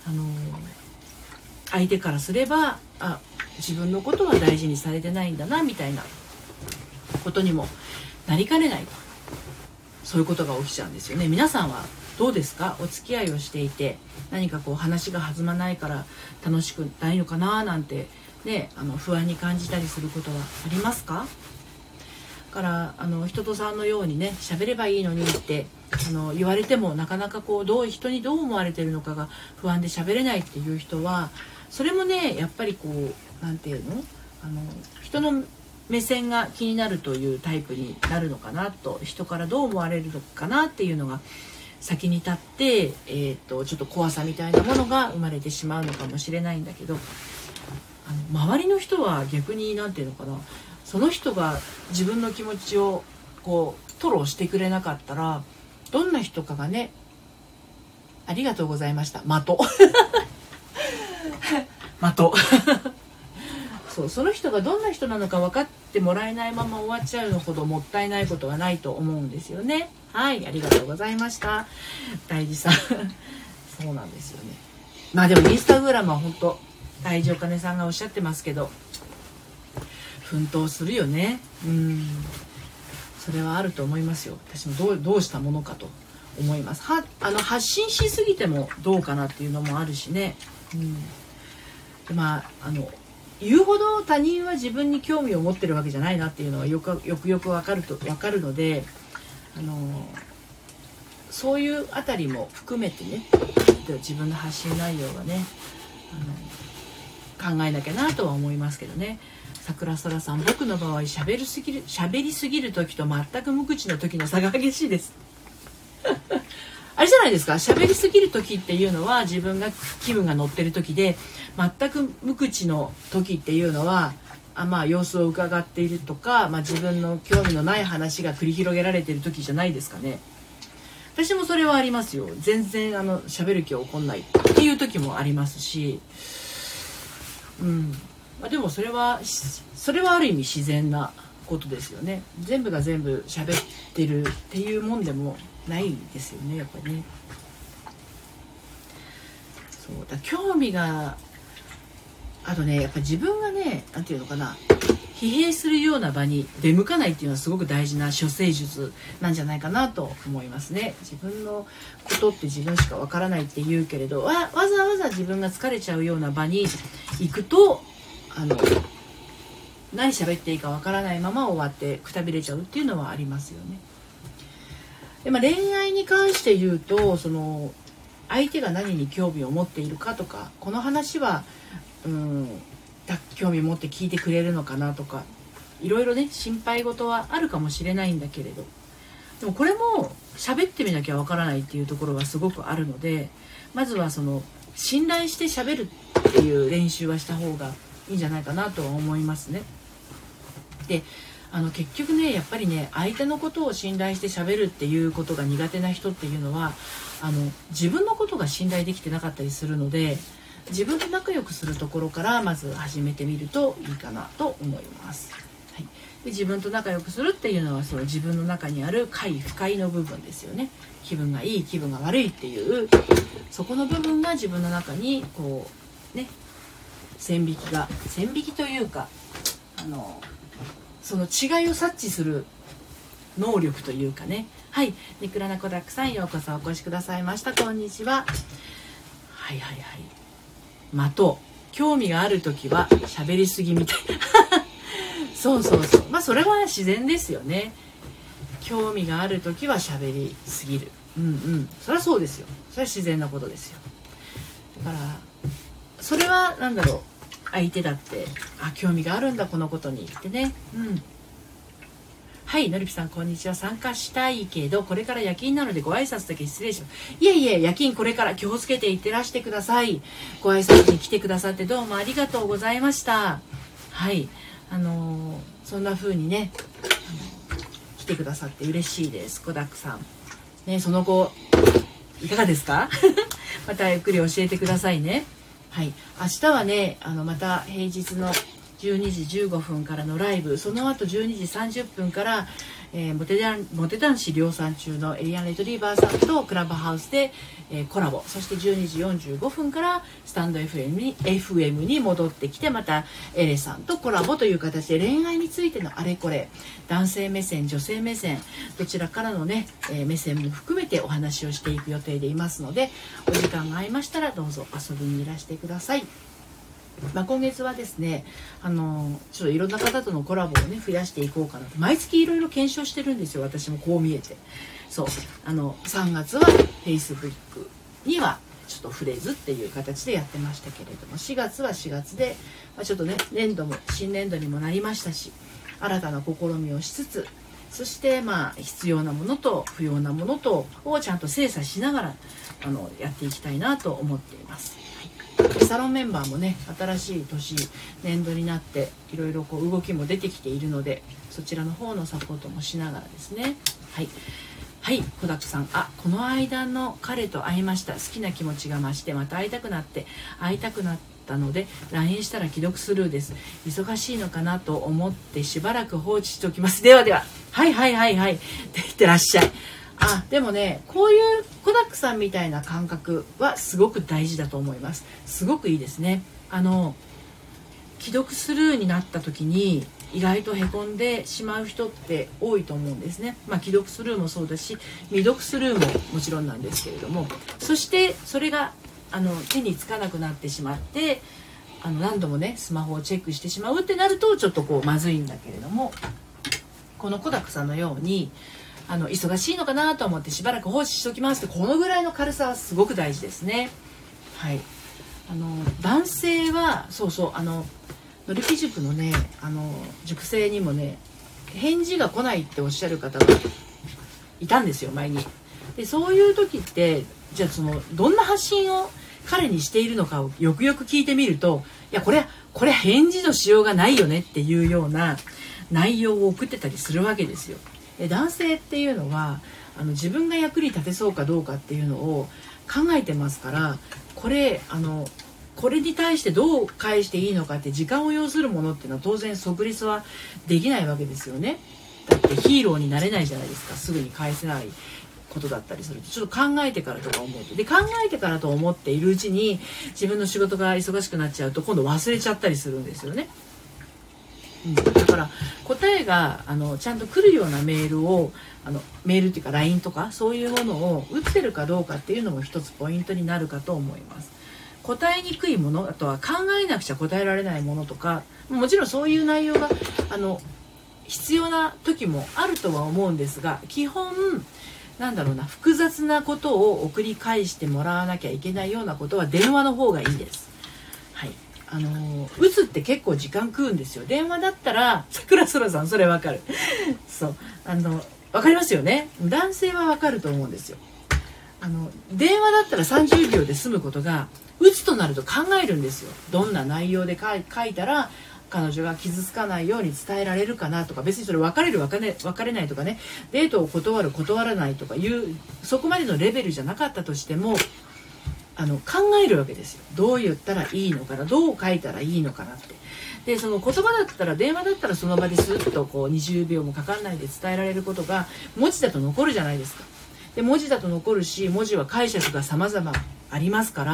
相手からすれば自分のことは大事にされてないんだなみたいなことにもなりかねない、そういうことが起きちゃうんですよね。皆さんはどうですか？お付き合いをしていて何かこう話が弾まないから楽しくないのかななんてね、不安に感じたりすることはありますか？だから人とさんのようにね喋ればいいのにって言われてもなかなかこう人にどう思われてるのかが不安で喋れないっていう人は、それもねやっぱりこうなんていうの、人の目線が気になるというタイプになるのかなと、人からどう思われるのかなっていうのが先に立って、ちょっと怖さみたいなものが生まれてしまうのかもしれないんだけど、周りの人は逆になんていうのかな、その人が自分の気持ちをこう吐露してくれなかったら、どんな人かがね、ありがとうございました、的そう、その人がどんな人なのか分かってもらえないまま終わっちゃうのほどもったいないことはないと思うんですよね。はい、ありがとうございました、大事さんそうなんですよね。まあでもインスタグラムは本当大事お金さんがおっしゃってますけど、奮闘するよね。それはあると思いますよ。私もどうしたものかと思います。発信しすぎてもどうかなっていうのもあるしね。で言うほど他人は自分に興味を持ってるわけじゃないなっていうのはよく分かるので、そういうあたりも含めてね、自分の発信内容がね、考えなきゃなとは思いますけどね。桜空さん、僕の場合喋りすぎる時と全く無口の時の差が激しいですあれじゃないですか、喋りすぎる時っていうのは自分が気分が乗ってる時で、全く無口の時っていうのは様子を伺っているとか、自分の興味のない話が繰り広げられている時じゃないですかね。私もそれはありますよ。全然喋る気は起こんないっていう時もありますし、でもそれはある意味自然なことですよね。全部が全部喋ってるっていうもんでもないですよね、やっぱりね。そうだ、興味があとね、やっぱり自分がね、なんていうのかな、疲弊するような場に出向かないっていうのはすごく大事な処世術なんじゃないかなと思いますね。自分のことって自分しかわからないって言うけれど、わざわざ自分が疲れちゃうような場に行くと、何喋っていいかわからないまま終わってくたびれちゃうっていうのはありますよね。で、恋愛に関して言うと、相手が何に興味を持っているかとか、この話は興味を持って聞いてくれるのかなとか、いろいろね心配事はあるかもしれないんだけれど、でもこれも喋ってみなきゃわからないっていうところがすごくあるので、まずは信頼して喋るっていう練習はした方がいいんじゃないかなとは思いますね。で、結局ね、やっぱりね、相手のことを信頼して喋るっていうことが苦手な人っていうのは、自分のことが信頼できてなかったりするので、自分と仲良くするところからまず始めてみるといいかなと思います。はい、で、自分と仲良くするっていうのは、自分の中にある快不快の部分ですよね。気分がいい、気分が悪いっていう、そこの部分が自分の中にこうね、線引きというか、その違いを察知する能力というかね。はい、ネクラナコダックさん、ようこそお越しくださいました。こんにちは。はい。興味がある時は喋りすぎみたいなそう。それは自然ですよね。興味がある時は喋りすぎる。それはそうですよ。それは自然なことですよ。だからそれは相手だって興味があるんだこのことにってね。はい、のりぴさん、こんにちは。参加したいけどこれから夜勤なのでご挨拶だけ失礼します。いえ、夜勤これから気をつけていってらしてください。ご挨拶に来てくださってどうもありがとうございました。はい、そんな風にね、来てくださって嬉しいです。コダックさんね、その後いかがですかまたゆっくり教えてくださいね。はい、明日はね、また平日の12時15分からのライブ、その後12時30分から、モテ男子量産中のエリアン・レトリーバーさんとクラブハウスで、コラボ、そして12時45分からスタンド FM に戻ってきて、またエレさんとコラボという形で恋愛についてのあれこれ、男性目線女性目線どちらからのね、目線も含めてお話をしていく予定でいますので、お時間が合いましたらどうぞ遊びにいらしてください。 今月はですねちょっといろんな方とのコラボをね増やしていこうかなと、毎月いろいろ検証してるんですよ。私もこう見えて、そう3月は Facebook にはちょっと触れずっていう形でやってましたけれども、4月は4月で、ちょっとね年度も新年度にもなりましたし、新たな試みをしつつ、そして必要なものと不要なものとをちゃんと精査しながらやっていきたいなと思っています。サロンメンバーもね新しい年度になっていろいろ動きも出てきているので、そちらの方のサポートもしながらですね。はい、小沢さん、この間の彼と会いました。好きな気持ちが増してまた会いたくなったので LINE したら既読スルーです。忙しいのかなと思ってしばらく放置しておきます。ではでは、はいって言ってらっしゃい。でもね、こういうコダックさんみたいな感覚はすごく大事だと思います。すごくいいですね。既読スルーになった時に意外とへこんでしまう人って多いと思うんですね。既読スルーもそうだし、未読スルーももちろんなんですけれども、そしてそれが手につかなくなってしまって、何度もねスマホをチェックしてしまうってなるとちょっとまずいんだけれども、このコダックさんのように忙しいのかなと思ってしばらく放置しておきますって、このぐらいの軽さはすごく大事ですね。はい、男性はのりぴ塾のね塾生にもね返事が来ないっておっしゃる方がいたんですよ、前に。でそういう時ってじゃあどんな発信を彼にしているのかをよくよく聞いてみると、いやこれ返事のしようがないよねっていうような内容を送ってたりするわけですよ。男性っていうのは自分が役に立てそうかどうかっていうのを考えてますから、これに対してどう返していいのかって時間を要するものっていうのは当然即立はできないわけですよね。だってヒーローになれないじゃないですか。すぐに返せないことだったりするとちょっと考えてからとか思うと、で考えてからと思っているうちに自分の仕事が忙しくなっちゃうと今度忘れちゃったりするんですよね。だから答えがちゃんと来るようなメールをメールっていうか LINE とかそういうものを打ってるかどうかっていうのも一つポイントになるかと思います。答えにくいもの、あとは考えなくちゃ答えられないものとか、もちろんそういう内容が必要な時もあるとは思うんですが、基本複雑なことを送り返してもらわなきゃいけないようなことは電話の方がいいです。はい、打つって結構時間食うんですよ。電話だったら桜空さんそれわかるそうわかりますよね。男性はわかると思うんですよ。電話だったら30秒で済むことが打つとなると考えるんですよ。どんな内容で書いたら彼女が傷つかないように伝えられるかなとか、別にそれ別れる別れないとかね、デートを断る断らないとかいうそこまでのレベルじゃなかったとしても考えるわけですよ。どう言ったらいいのかな、どう書いたらいいのかなって。でその言葉だったら電話だったらその場ですっと20秒もかかんないで伝えられることが文字だと残るじゃないですか。で文字だと残るし、文字は解釈が様々ありますから、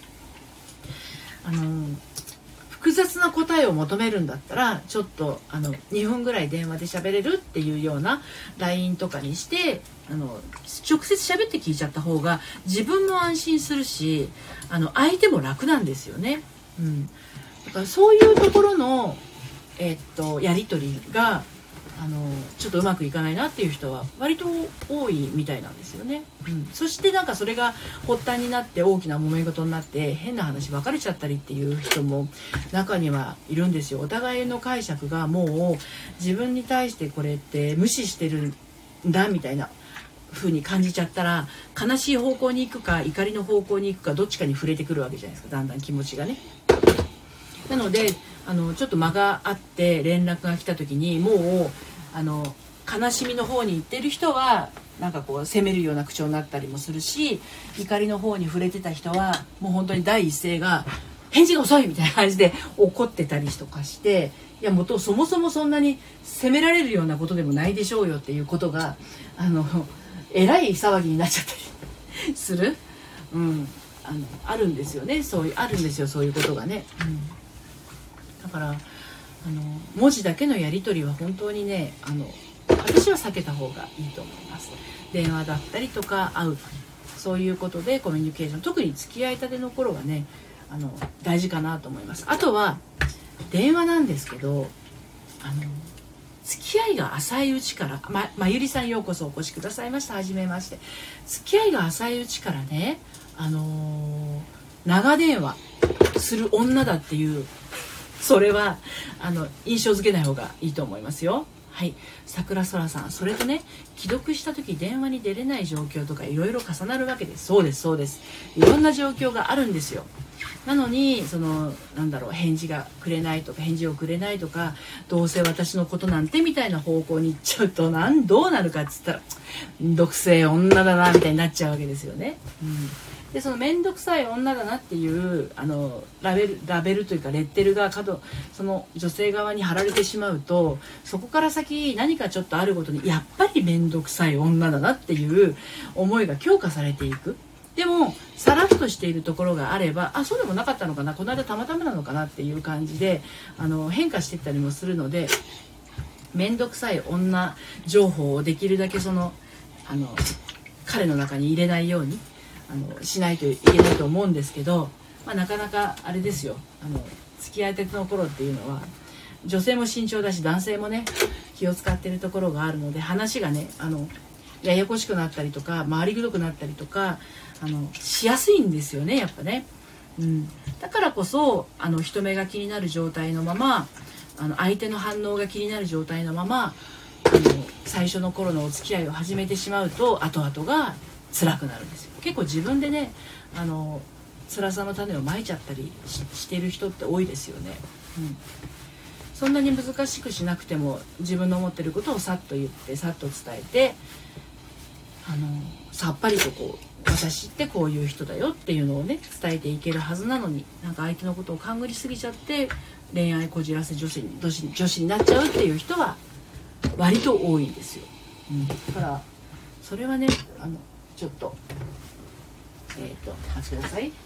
複雑な答えを求めるんだったらちょっと2分ぐらい電話で喋れるっていうような LINE とかにして直接喋って聞いちゃった方が自分も安心するし相手も楽なんですよね。だからそういうところの、やり取りがちょっとうまくいかないなっていう人は割と多いみたいなんですよね。そしてそれが発端になって大きな揉め事になって変な話別れちゃったりっていう人も中にはいるんですよ。お互いの解釈がもう自分に対してこれって無視してるんだみたいな風に感じちゃったら、悲しい方向に行くか怒りの方向に行くかどっちかに触れてくるわけじゃないですか、だんだん気持ちがね。なのでちょっと間があって連絡が来た時にもう悲しみの方に行ってる人は責めるような口調になったりもするし、怒りの方に触れてた人はもう本当に第一声が返事が遅いみたいな感じで怒ってたりとかして、いやもうそもそもそんなに責められるようなことでもないでしょうよっていうことがえらい騒ぎになっちゃったりする、あるんですよね。あるんですよ、そういうことがね。だから文字だけのやり取りは本当にね私は避けた方がいいと思います。電話だったりとか会う、そういうことでコミュニケーション、特に付き合いたての頃はね大事かなと思います。あとは電話なんですけど、付き合いが浅いうちから、まゆりさんようこそお越しくださいました。はじめまして。付き合いが浅いうちからね、長電話する女だっていう、それは印象付けない方がいいと思いますよ。はい、桜空さん、それとね、既読した時電話に出れない状況とかいろいろ重なるわけです。そうです、そうです。いろんな状況があるんですよ。なのに返事がくれないとか、返事をくれないとか、どうせ私のことなんてみたいな方向に行っちゃうとどうなるかっつったら、めんどくせえ女だなみたいになっちゃうわけですよね。でそのめんどくさい女だなっていうラベルというかレッテルがその女性側に貼られてしまうと、そこから先何かちょっとあるごとにやっぱりめんどくさい女だなっていう思いが強化されていく。でもさらっとしているところがあれば、そうでもなかったのかな、この間たまたまなのかなっていう感じで変化していったりもするので、めんどくさい女情報をできるだけ彼の中に入れないようにしないといけないと思うんですけど、なかなかあれですよ。付き合いたての頃っていうのは女性も慎重だし、男性もね気を使ってるところがあるので、話がねややこしくなったりとか回りくどくなったりとかしやすいんですよね、やっぱね。だからこそ人目が気になる状態のまま、相手の反応が気になる状態のまま最初の頃のお付き合いを始めてしまうと、後々が辛くなるんですよ。結構自分でね辛さの種をまいちゃったりしてる人って多いですよね。そんなに難しくしなくても、自分の思ってることをさっと言ってさっと伝えて、さっぱりと私ってこういう人だよっていうのをね伝えていけるはずなのに、相手のことを勘ぐりすぎちゃって恋愛こじらせ女子になっちゃうっていう人は割と多いんですよ。だからそれはねちょっと待ってください。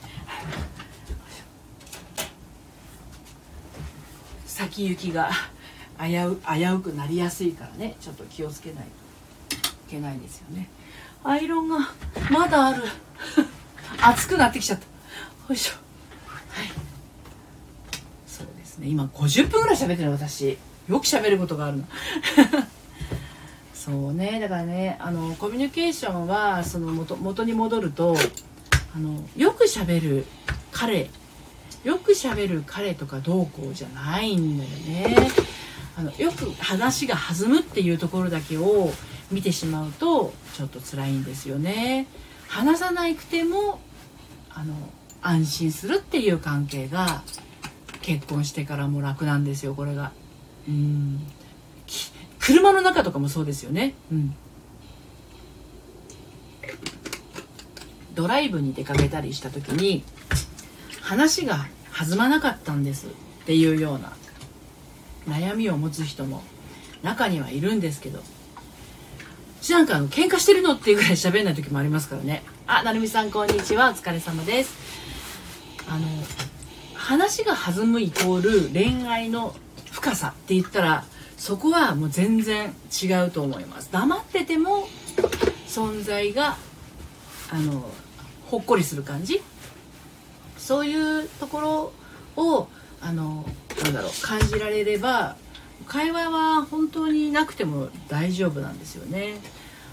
先行きが危うくなりやすいからね、ちょっと気をつけないといけないですよね。アイロンがまだある熱くなってきちゃった。よいしょ。はい、そうですね、今50分ぐらい喋ってる。私よく喋ることがあるのそうね、だからねコミュニケーションはその元に戻るとよく喋る彼とかどうこうじゃないんだよね。よく話が弾むっていうところだけを見てしまうとちょっと辛いんですよね。話さなくても安心するっていう関係が結婚してからも楽なんですよ、これが。車の中とかもそうですよね。ドライブに出かけたりした時に話が弾まなかったんですっていうような悩みを持つ人も中にはいるんですけど、喧嘩してるのっていうぐらい喋んない時もありますからね。なるみさんこんにちは、お疲れ様です。話が弾むイコール恋愛の深さって言ったら、そこはもう全然違うと思います。黙ってても存在がほっこりする感じ、そういうところを感じられれば、会話は本当になくても大丈夫なんですよね。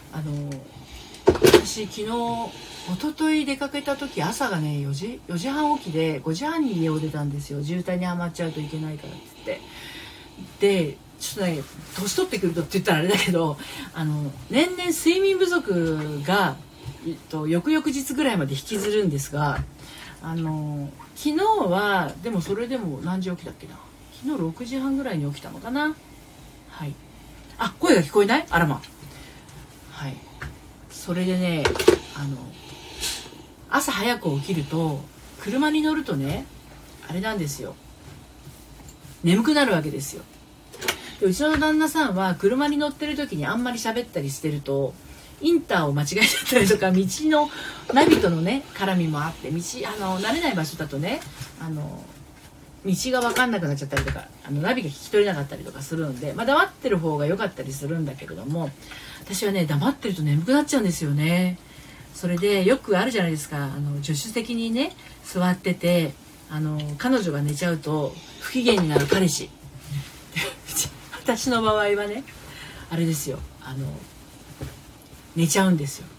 私昨日一昨日出かけた時、朝がね4時半起きで5時半に家を出たんですよ。渋滞にはまっちゃうといけないからって言って。でちょっとね、年取ってくるとって言ったらあれだけど年々睡眠不足が、翌々日ぐらいまで引きずるんですが、昨日はでもそれでも何時起きだっけな、昨日6時半ぐらいに起きたのかな。はい、声が聞こえない？あらま。はい、それでね朝早く起きると車に乗るとね、あれなんですよ、眠くなるわけですよ。でうちの旦那さんは車に乗ってる時にあんまり喋ったりしてるとインターを間違えちゃったりとか、道のナビとのね絡みもあって、慣れない場所だとね道が分かんなくなっちゃったりとか、ナビが聞き取れなかったりとかするんで、黙ってる方が良かったりするんだけれども、私はね黙ってると眠くなっちゃうんですよね。それでよくあるじゃないですか、助手席にね座ってて彼女が寝ちゃうと不機嫌になる彼氏私の場合はねあれですよ、寝ちゃうんですよ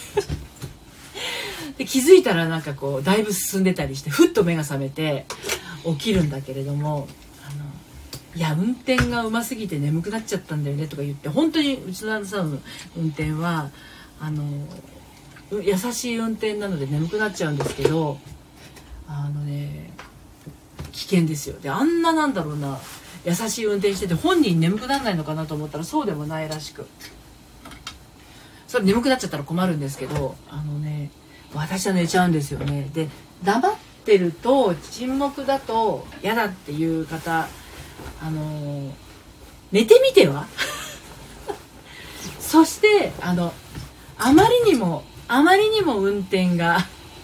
で気づいたらなんかこうだいぶ進んでたりしてふっと目が覚めて起きるんだけれども、いや運転がうますぎて眠くなっちゃったんだよねとか言って、本当にうちの旦那さんの運転は優しい運転なので眠くなっちゃうんですけど、危険ですよ。でなんだろうな、優しい運転してて本人眠くならないのかなと思ったらそうでもないらしく、それ眠くなっちゃったら困るんですけど、私は寝ちゃうんですよね。で黙ってると沈黙だと嫌だっていう方、寝てみてはそしてあまりにも運転が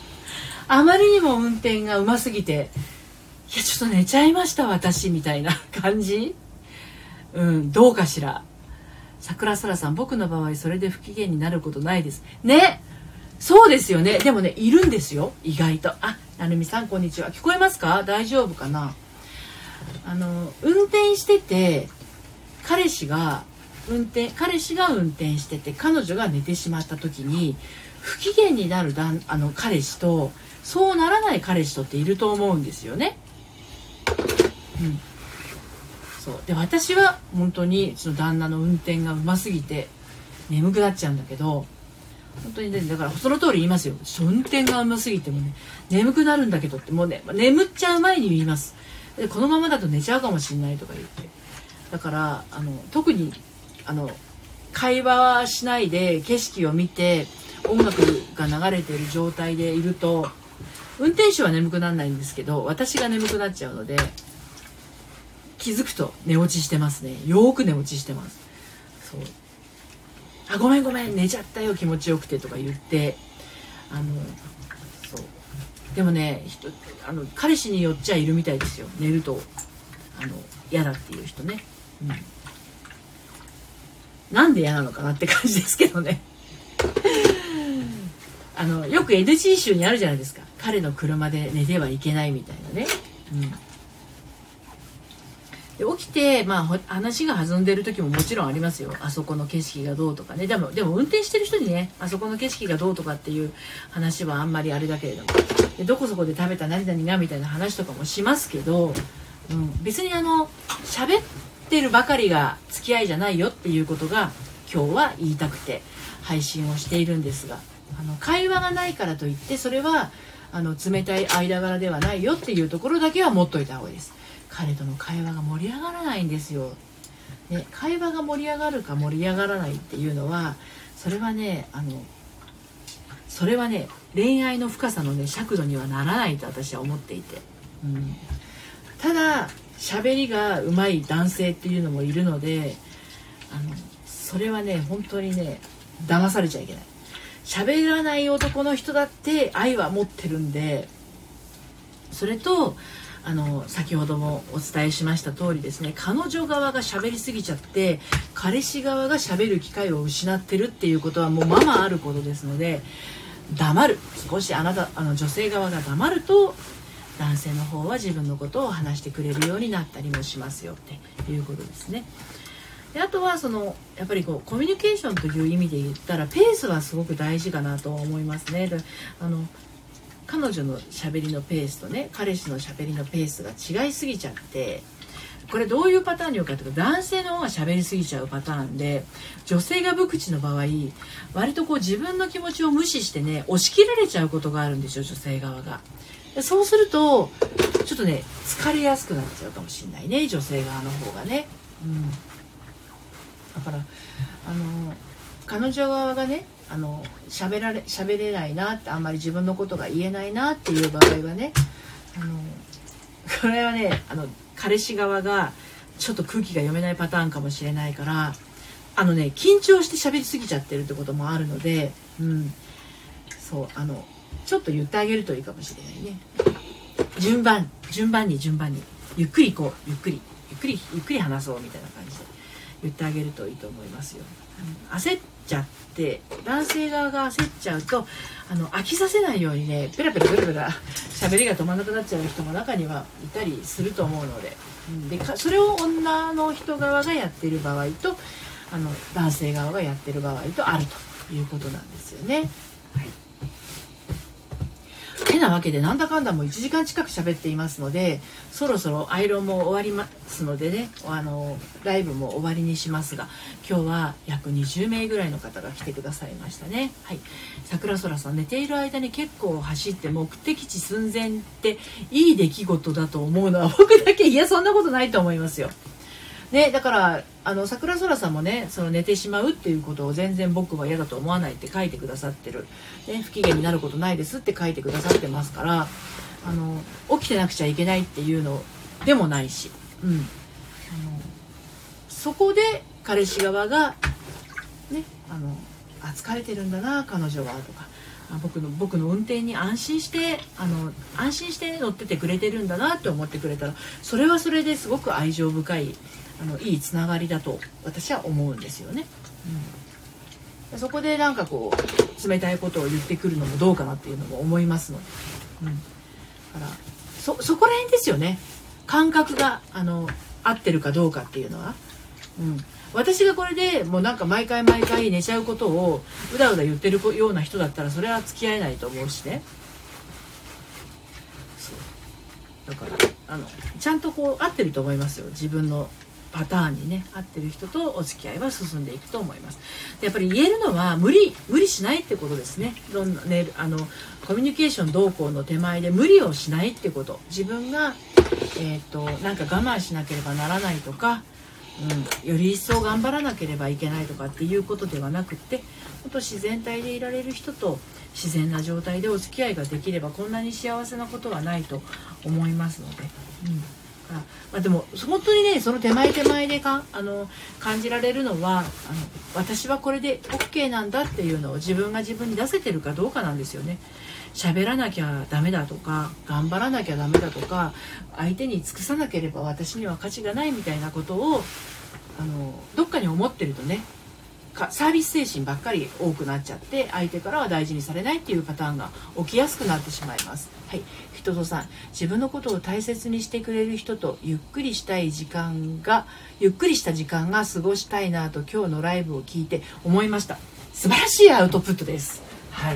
うますぎて、いやちょっと寝ちゃいました私みたいな感じ、どうかしら。桜空さん、僕の場合それで不機嫌になることないですね。そうですよね。でもねいるんですよ意外と。なるみさんこんにちは、聞こえますか？大丈夫かな。運転してて彼氏が運転してて彼女が寝てしまった時に不機嫌になる彼氏とそうならない彼氏とっていると思うんですよね。そうで私は本当にうちの旦那の運転がうますぎて眠くなっちゃうんだけど、本当にね、だからその通り言いますよ。運転がうますぎてもね眠くなるんだけどってもうね眠っちゃう前に言います。でこのままだと寝ちゃうかもしれないとか言って、だから特に会話はしないで景色を見て音楽が流れている状態でいると運転手は眠くならないんですけど私が眠くなっちゃうので、気づくと寝落ちしてますね。よーく寝落ちしてます。そう、ごめん寝ちゃったよ気持ちよくてとか言って、そうでもね彼氏によっちゃいるみたいですよ。寝ると嫌だっていう人ね、なんで嫌なのかなって感じですけどねよく NG 集にあるじゃないですか。彼の車で寝てはいけないみたいなね、で起きて、話が弾んでる時ももちろんありますよ。あそこの景色がどうとかね。でも運転してる人にねあそこの景色がどうとかっていう話はあんまりあれだけれども、でどこそこで食べた何々がみたいな話とかもしますけど、別に喋ってるばかりが付き合いじゃないよっていうことが今日は言いたくて配信をしているんですが、会話がないからといってそれは冷たい間柄ではないよっていうところだけは持っといた方がいいです。彼との会話が盛り上がらないんですよ、ね、会話が盛り上がるか盛り上がらないっていうのはそれはね恋愛の深さのね尺度にはならないと私は思っていて、ただ喋りが上手い男性っていうのもいるのでそれはね本当にね騙されちゃいけない。喋らない男の人だって愛は持ってるんで、それと先ほどもお伝えしました通りですね、彼女側が喋りすぎちゃって彼氏側が喋る機会を失ってるっていうことはもうままあることですので、黙る、少し女性側が黙ると男性の方は自分のことを話してくれるようになったりもしますよっていうことですね。であとはやっぱりコミュニケーションという意味で言ったらペースはすごく大事かなと思いますね。で彼女の喋りのペースとね彼氏の喋りのペースが違いすぎちゃって、これどういうパターンによるかというと男性の方が喋りすぎちゃうパターンで、女性が無口の場合割と自分の気持ちを無視してね押し切られちゃうことがあるんですよ、女性側が。でそうするとちょっとね疲れやすくなっちゃうかもしれないね、女性側の方がね。だから彼女側がね喋れないなって、あんまり自分のことが言えないなっていう場合はねこれはね彼氏側がちょっと空気が読めないパターンかもしれないから、緊張して喋りすぎちゃってるってこともあるので、そうちょっと言ってあげるといいかもしれないね。順番にゆっくりゆっくり話そうみたいな感じで言ってあげるといいと思いますよ。焦っちゃって男性側が焦っちゃうと飽きさせないようにねペラペラ喋りが止まらなくなっちゃう人も中にはいたりすると思うので、それを女の人側がやってる場合と男性側がやってる場合とあるということなんですよね。はい。てなわけでなんだかんだもう1時間近く喋っていますので、そろそろアイロンも終わりますのでね、ライブも終わりにしますが、今日は約20名ぐらいの方が来てくださいましたね。はい。桜空さん、寝ている間に結構走って目的地寸前っていい出来事だと思うのは僕だけ。いや、そんなことないと思いますよ。ね、だから桜空さんもね、その寝てしまうっていうことを全然僕は嫌だと思わないって書いてくださってる、ね、不機嫌になることないですって書いてくださってますから、起きてなくちゃいけないっていうのでもないし、そこで彼氏側がね、疲れてるんだな彼女はとか、僕の運転に安心して乗っててくれてるんだなって思ってくれたら、それはそれですごく愛情深いいいつながりだと私は思うんですよね。そこでなんかこう冷たいことを言ってくるのもどうかなっていうのも思いますので、だからそこら辺ですよね。感覚が合ってるかどうかっていうのは、私がこれでもうなんか毎回寝ちゃうことをうだうだ言ってるような人だったら、それは付き合えないと思うしね。そうだからちゃんとこう合ってると思いますよ。自分のパターンにね合ってる人とお付き合いは進んでいくと思います。でやっぱり言えるのは無理しないってことですね。どんなねコミュニケーション動向の手前で無理をしないってこと。自分がなんか我慢しなければならないとか、より一層頑張らなければいけないとかっていうことではなくって、本当自然体でいられる人と自然な状態でお付き合いができればこんなに幸せなことはないと思いますので、でも本当にね、その手前で感じられるのは私はこれで OK なんだっていうのを自分が自分に出せてるかどうかなんですよね。喋らなきゃダメだとか頑張らなきゃダメだとか相手に尽くさなければ私には価値がないみたいなことをどっかに思ってるとね、サービス精神ばっかり多くなっちゃって相手からは大事にされないっていうパターンが起きやすくなってしまいます。はい、人とさん、自分のことを大切にしてくれる人とゆっくりした時間が過ごしたいなと今日のライブを聞いて思いました。素晴らしいアウトプットです。はい。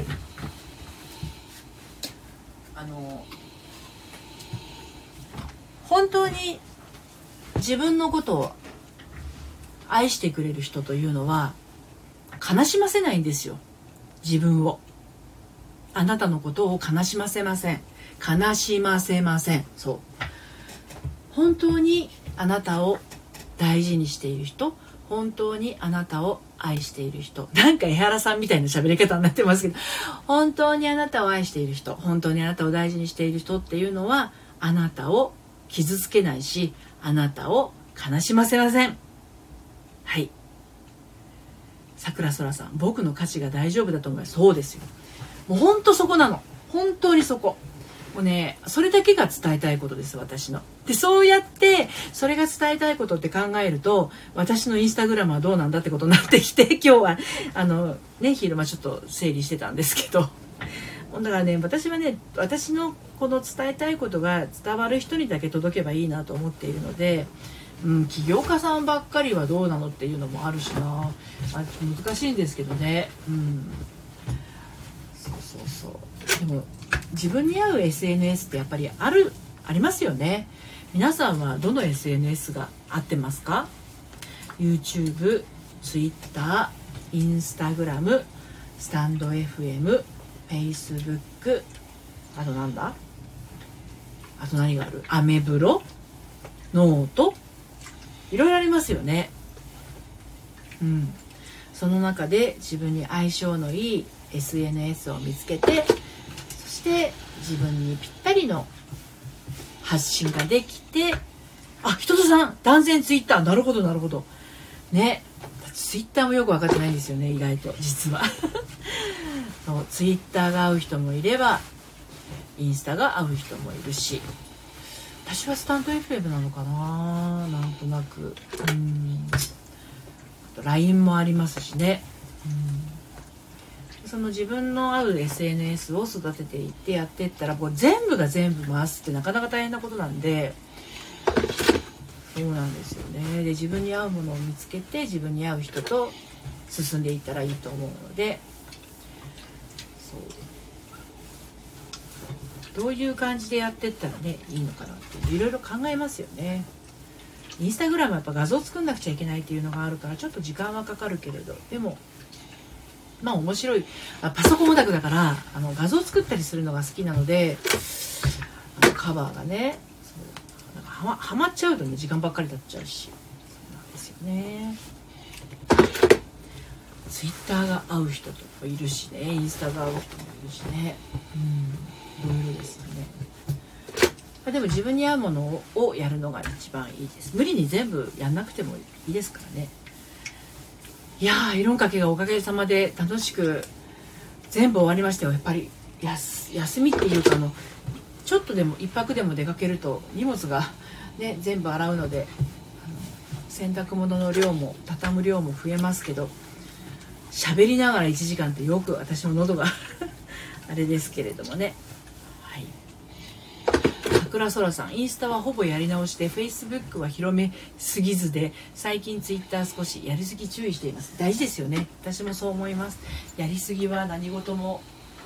本当に自分のことを愛してくれる人というのは悲しませないんですよ。自分を、あなたのことを悲しませません。そう、本当にあなたを大事にしている人、本当にあなたを愛している人、なんか江原さんみたいな喋り方になってますけど、本当にあなたを愛している人、本当にあなたを大事にしている人っていうのはあなたを傷つけないし、あなたを悲しませません。はい。桜空さん、僕の価値が大丈夫だと思います。そうですよ。もう本当そこなの。本当にそこ。もうね、それだけが伝えたいことです、私の。で、そうやってそれが伝えたいことって考えると、私のインスタグラムはどうなんだってことになってきて、今日は昼間ちょっと整理してたんですけど、だからね、私はね、私のこの伝えたいことが伝わる人にだけ届けばいいなと思っているので、起業家さんばっかりはどうなのっていうのもあるしな、難しいんですけどね。そうでも自分に合う SNS ってやっぱりありますよね。皆さんはどの SNS が合ってますか？ YouTube、Twitter、Instagram、スタンド FM、Facebook、あと何がある？アメブロ、ノート、いろいろありますよね。その中で自分に相性のいい SNS を見つけて、そして自分にぴったりの発信ができて、人とさん、断然ツイッター、なるほどね。ツイッターもよく分かってないんですよね、意外と実は。そう、ツイッターが合う人もいればインスタが合う人もいるし、私はスタンド FM なのかな、なんとなく。 LINE もありますしね、その自分の合う SNS を育てていってやっていったら、こう全部が全部回すってなかなか大変なことなんで、そうなんですよね。で、自分に合うものを見つけて自分に合う人と進んでいったらいいと思うので、そうどういう感じでやっていったらねいいのかなっていろいろ考えますよね。インスタグラムはやっぱ画像作んなくちゃいけないっていうのがあるからちょっと時間はかかるけれど、でもまあ面白い。パソコンオタクだから画像作ったりするのが好きなので、カバーがね、そうなんかはまっちゃうとね時間ばっかり経っちゃうし、そうなんですよね。ツイッターが合う人とかいるしね、インスタが合う人もいるしね、いろいろですよね。でも自分に合うものをやるのが一番いいです。無理に全部やんなくてもいいですからね。いやー、イロンかけがおかげさまで楽しく全部終わりましたよ。やっぱり休みっていうかちょっとでも一泊でも出かけると荷物がね全部洗うので、洗濯物の量も畳む量も増えますけど、喋りながら1時間ってよく私も喉があれですけれどもね。はい。桜空さん、インスタはほぼやり直しで Facebook は広めすぎずで、最近 Twitter 少しやりすぎ注意しています。大事ですよね。私もそう思います。やりすぎは何事も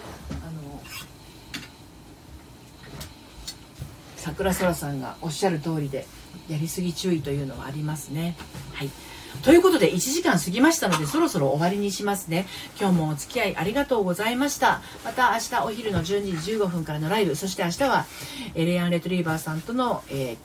桜空さんがおっしゃる通りで、やりすぎ注意というのはありますね。はい。ということで1時間過ぎましたのでそろそろ終わりにしますね。今日もお付き合いありがとうございました。また明日お昼の12時15分からのライブ、そして明日はレイアン・レトリーバーさんとの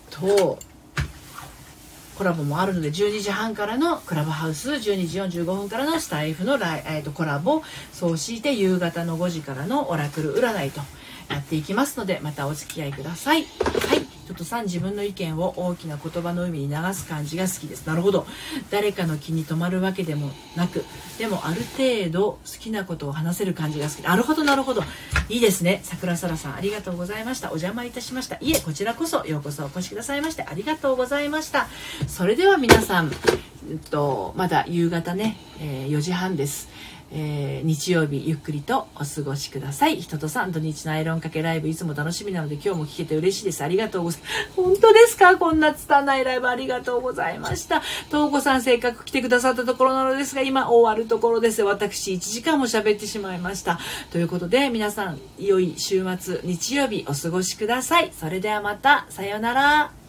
コラボもあるので、12時半からのクラブハウス、12時45分からのスタイフのコラボ、そうして夕方の5時からのオラクル占いとやっていきますので、またお付き合いください。はい。ちょっと自分の意見を大きな言葉の海に流す感じが好きです。なるほど。誰かの気に留まるわけでもなく、でもある程度好きなことを話せる感じが好き。なるほどなるほど。いいですね。桜空さんありがとうございました。お邪魔いたしました。いえ、こちらこそようこそお越しくださいましてありがとうございました。それでは皆さん、まだ夕方ね、4時半です。日曜日ゆっくりとお過ごしください。人とさん、土日のアイロンかけライブいつも楽しみなので今日も聞けて嬉しいです。ありがとうございます。本当ですか？こんな拙いライブありがとうございました。東子さん、せっかく来てくださったところなのですが今終わるところです。私1時間も喋ってしまいました。ということで皆さん良い週末日曜日お過ごしください。それではまた、さようなら。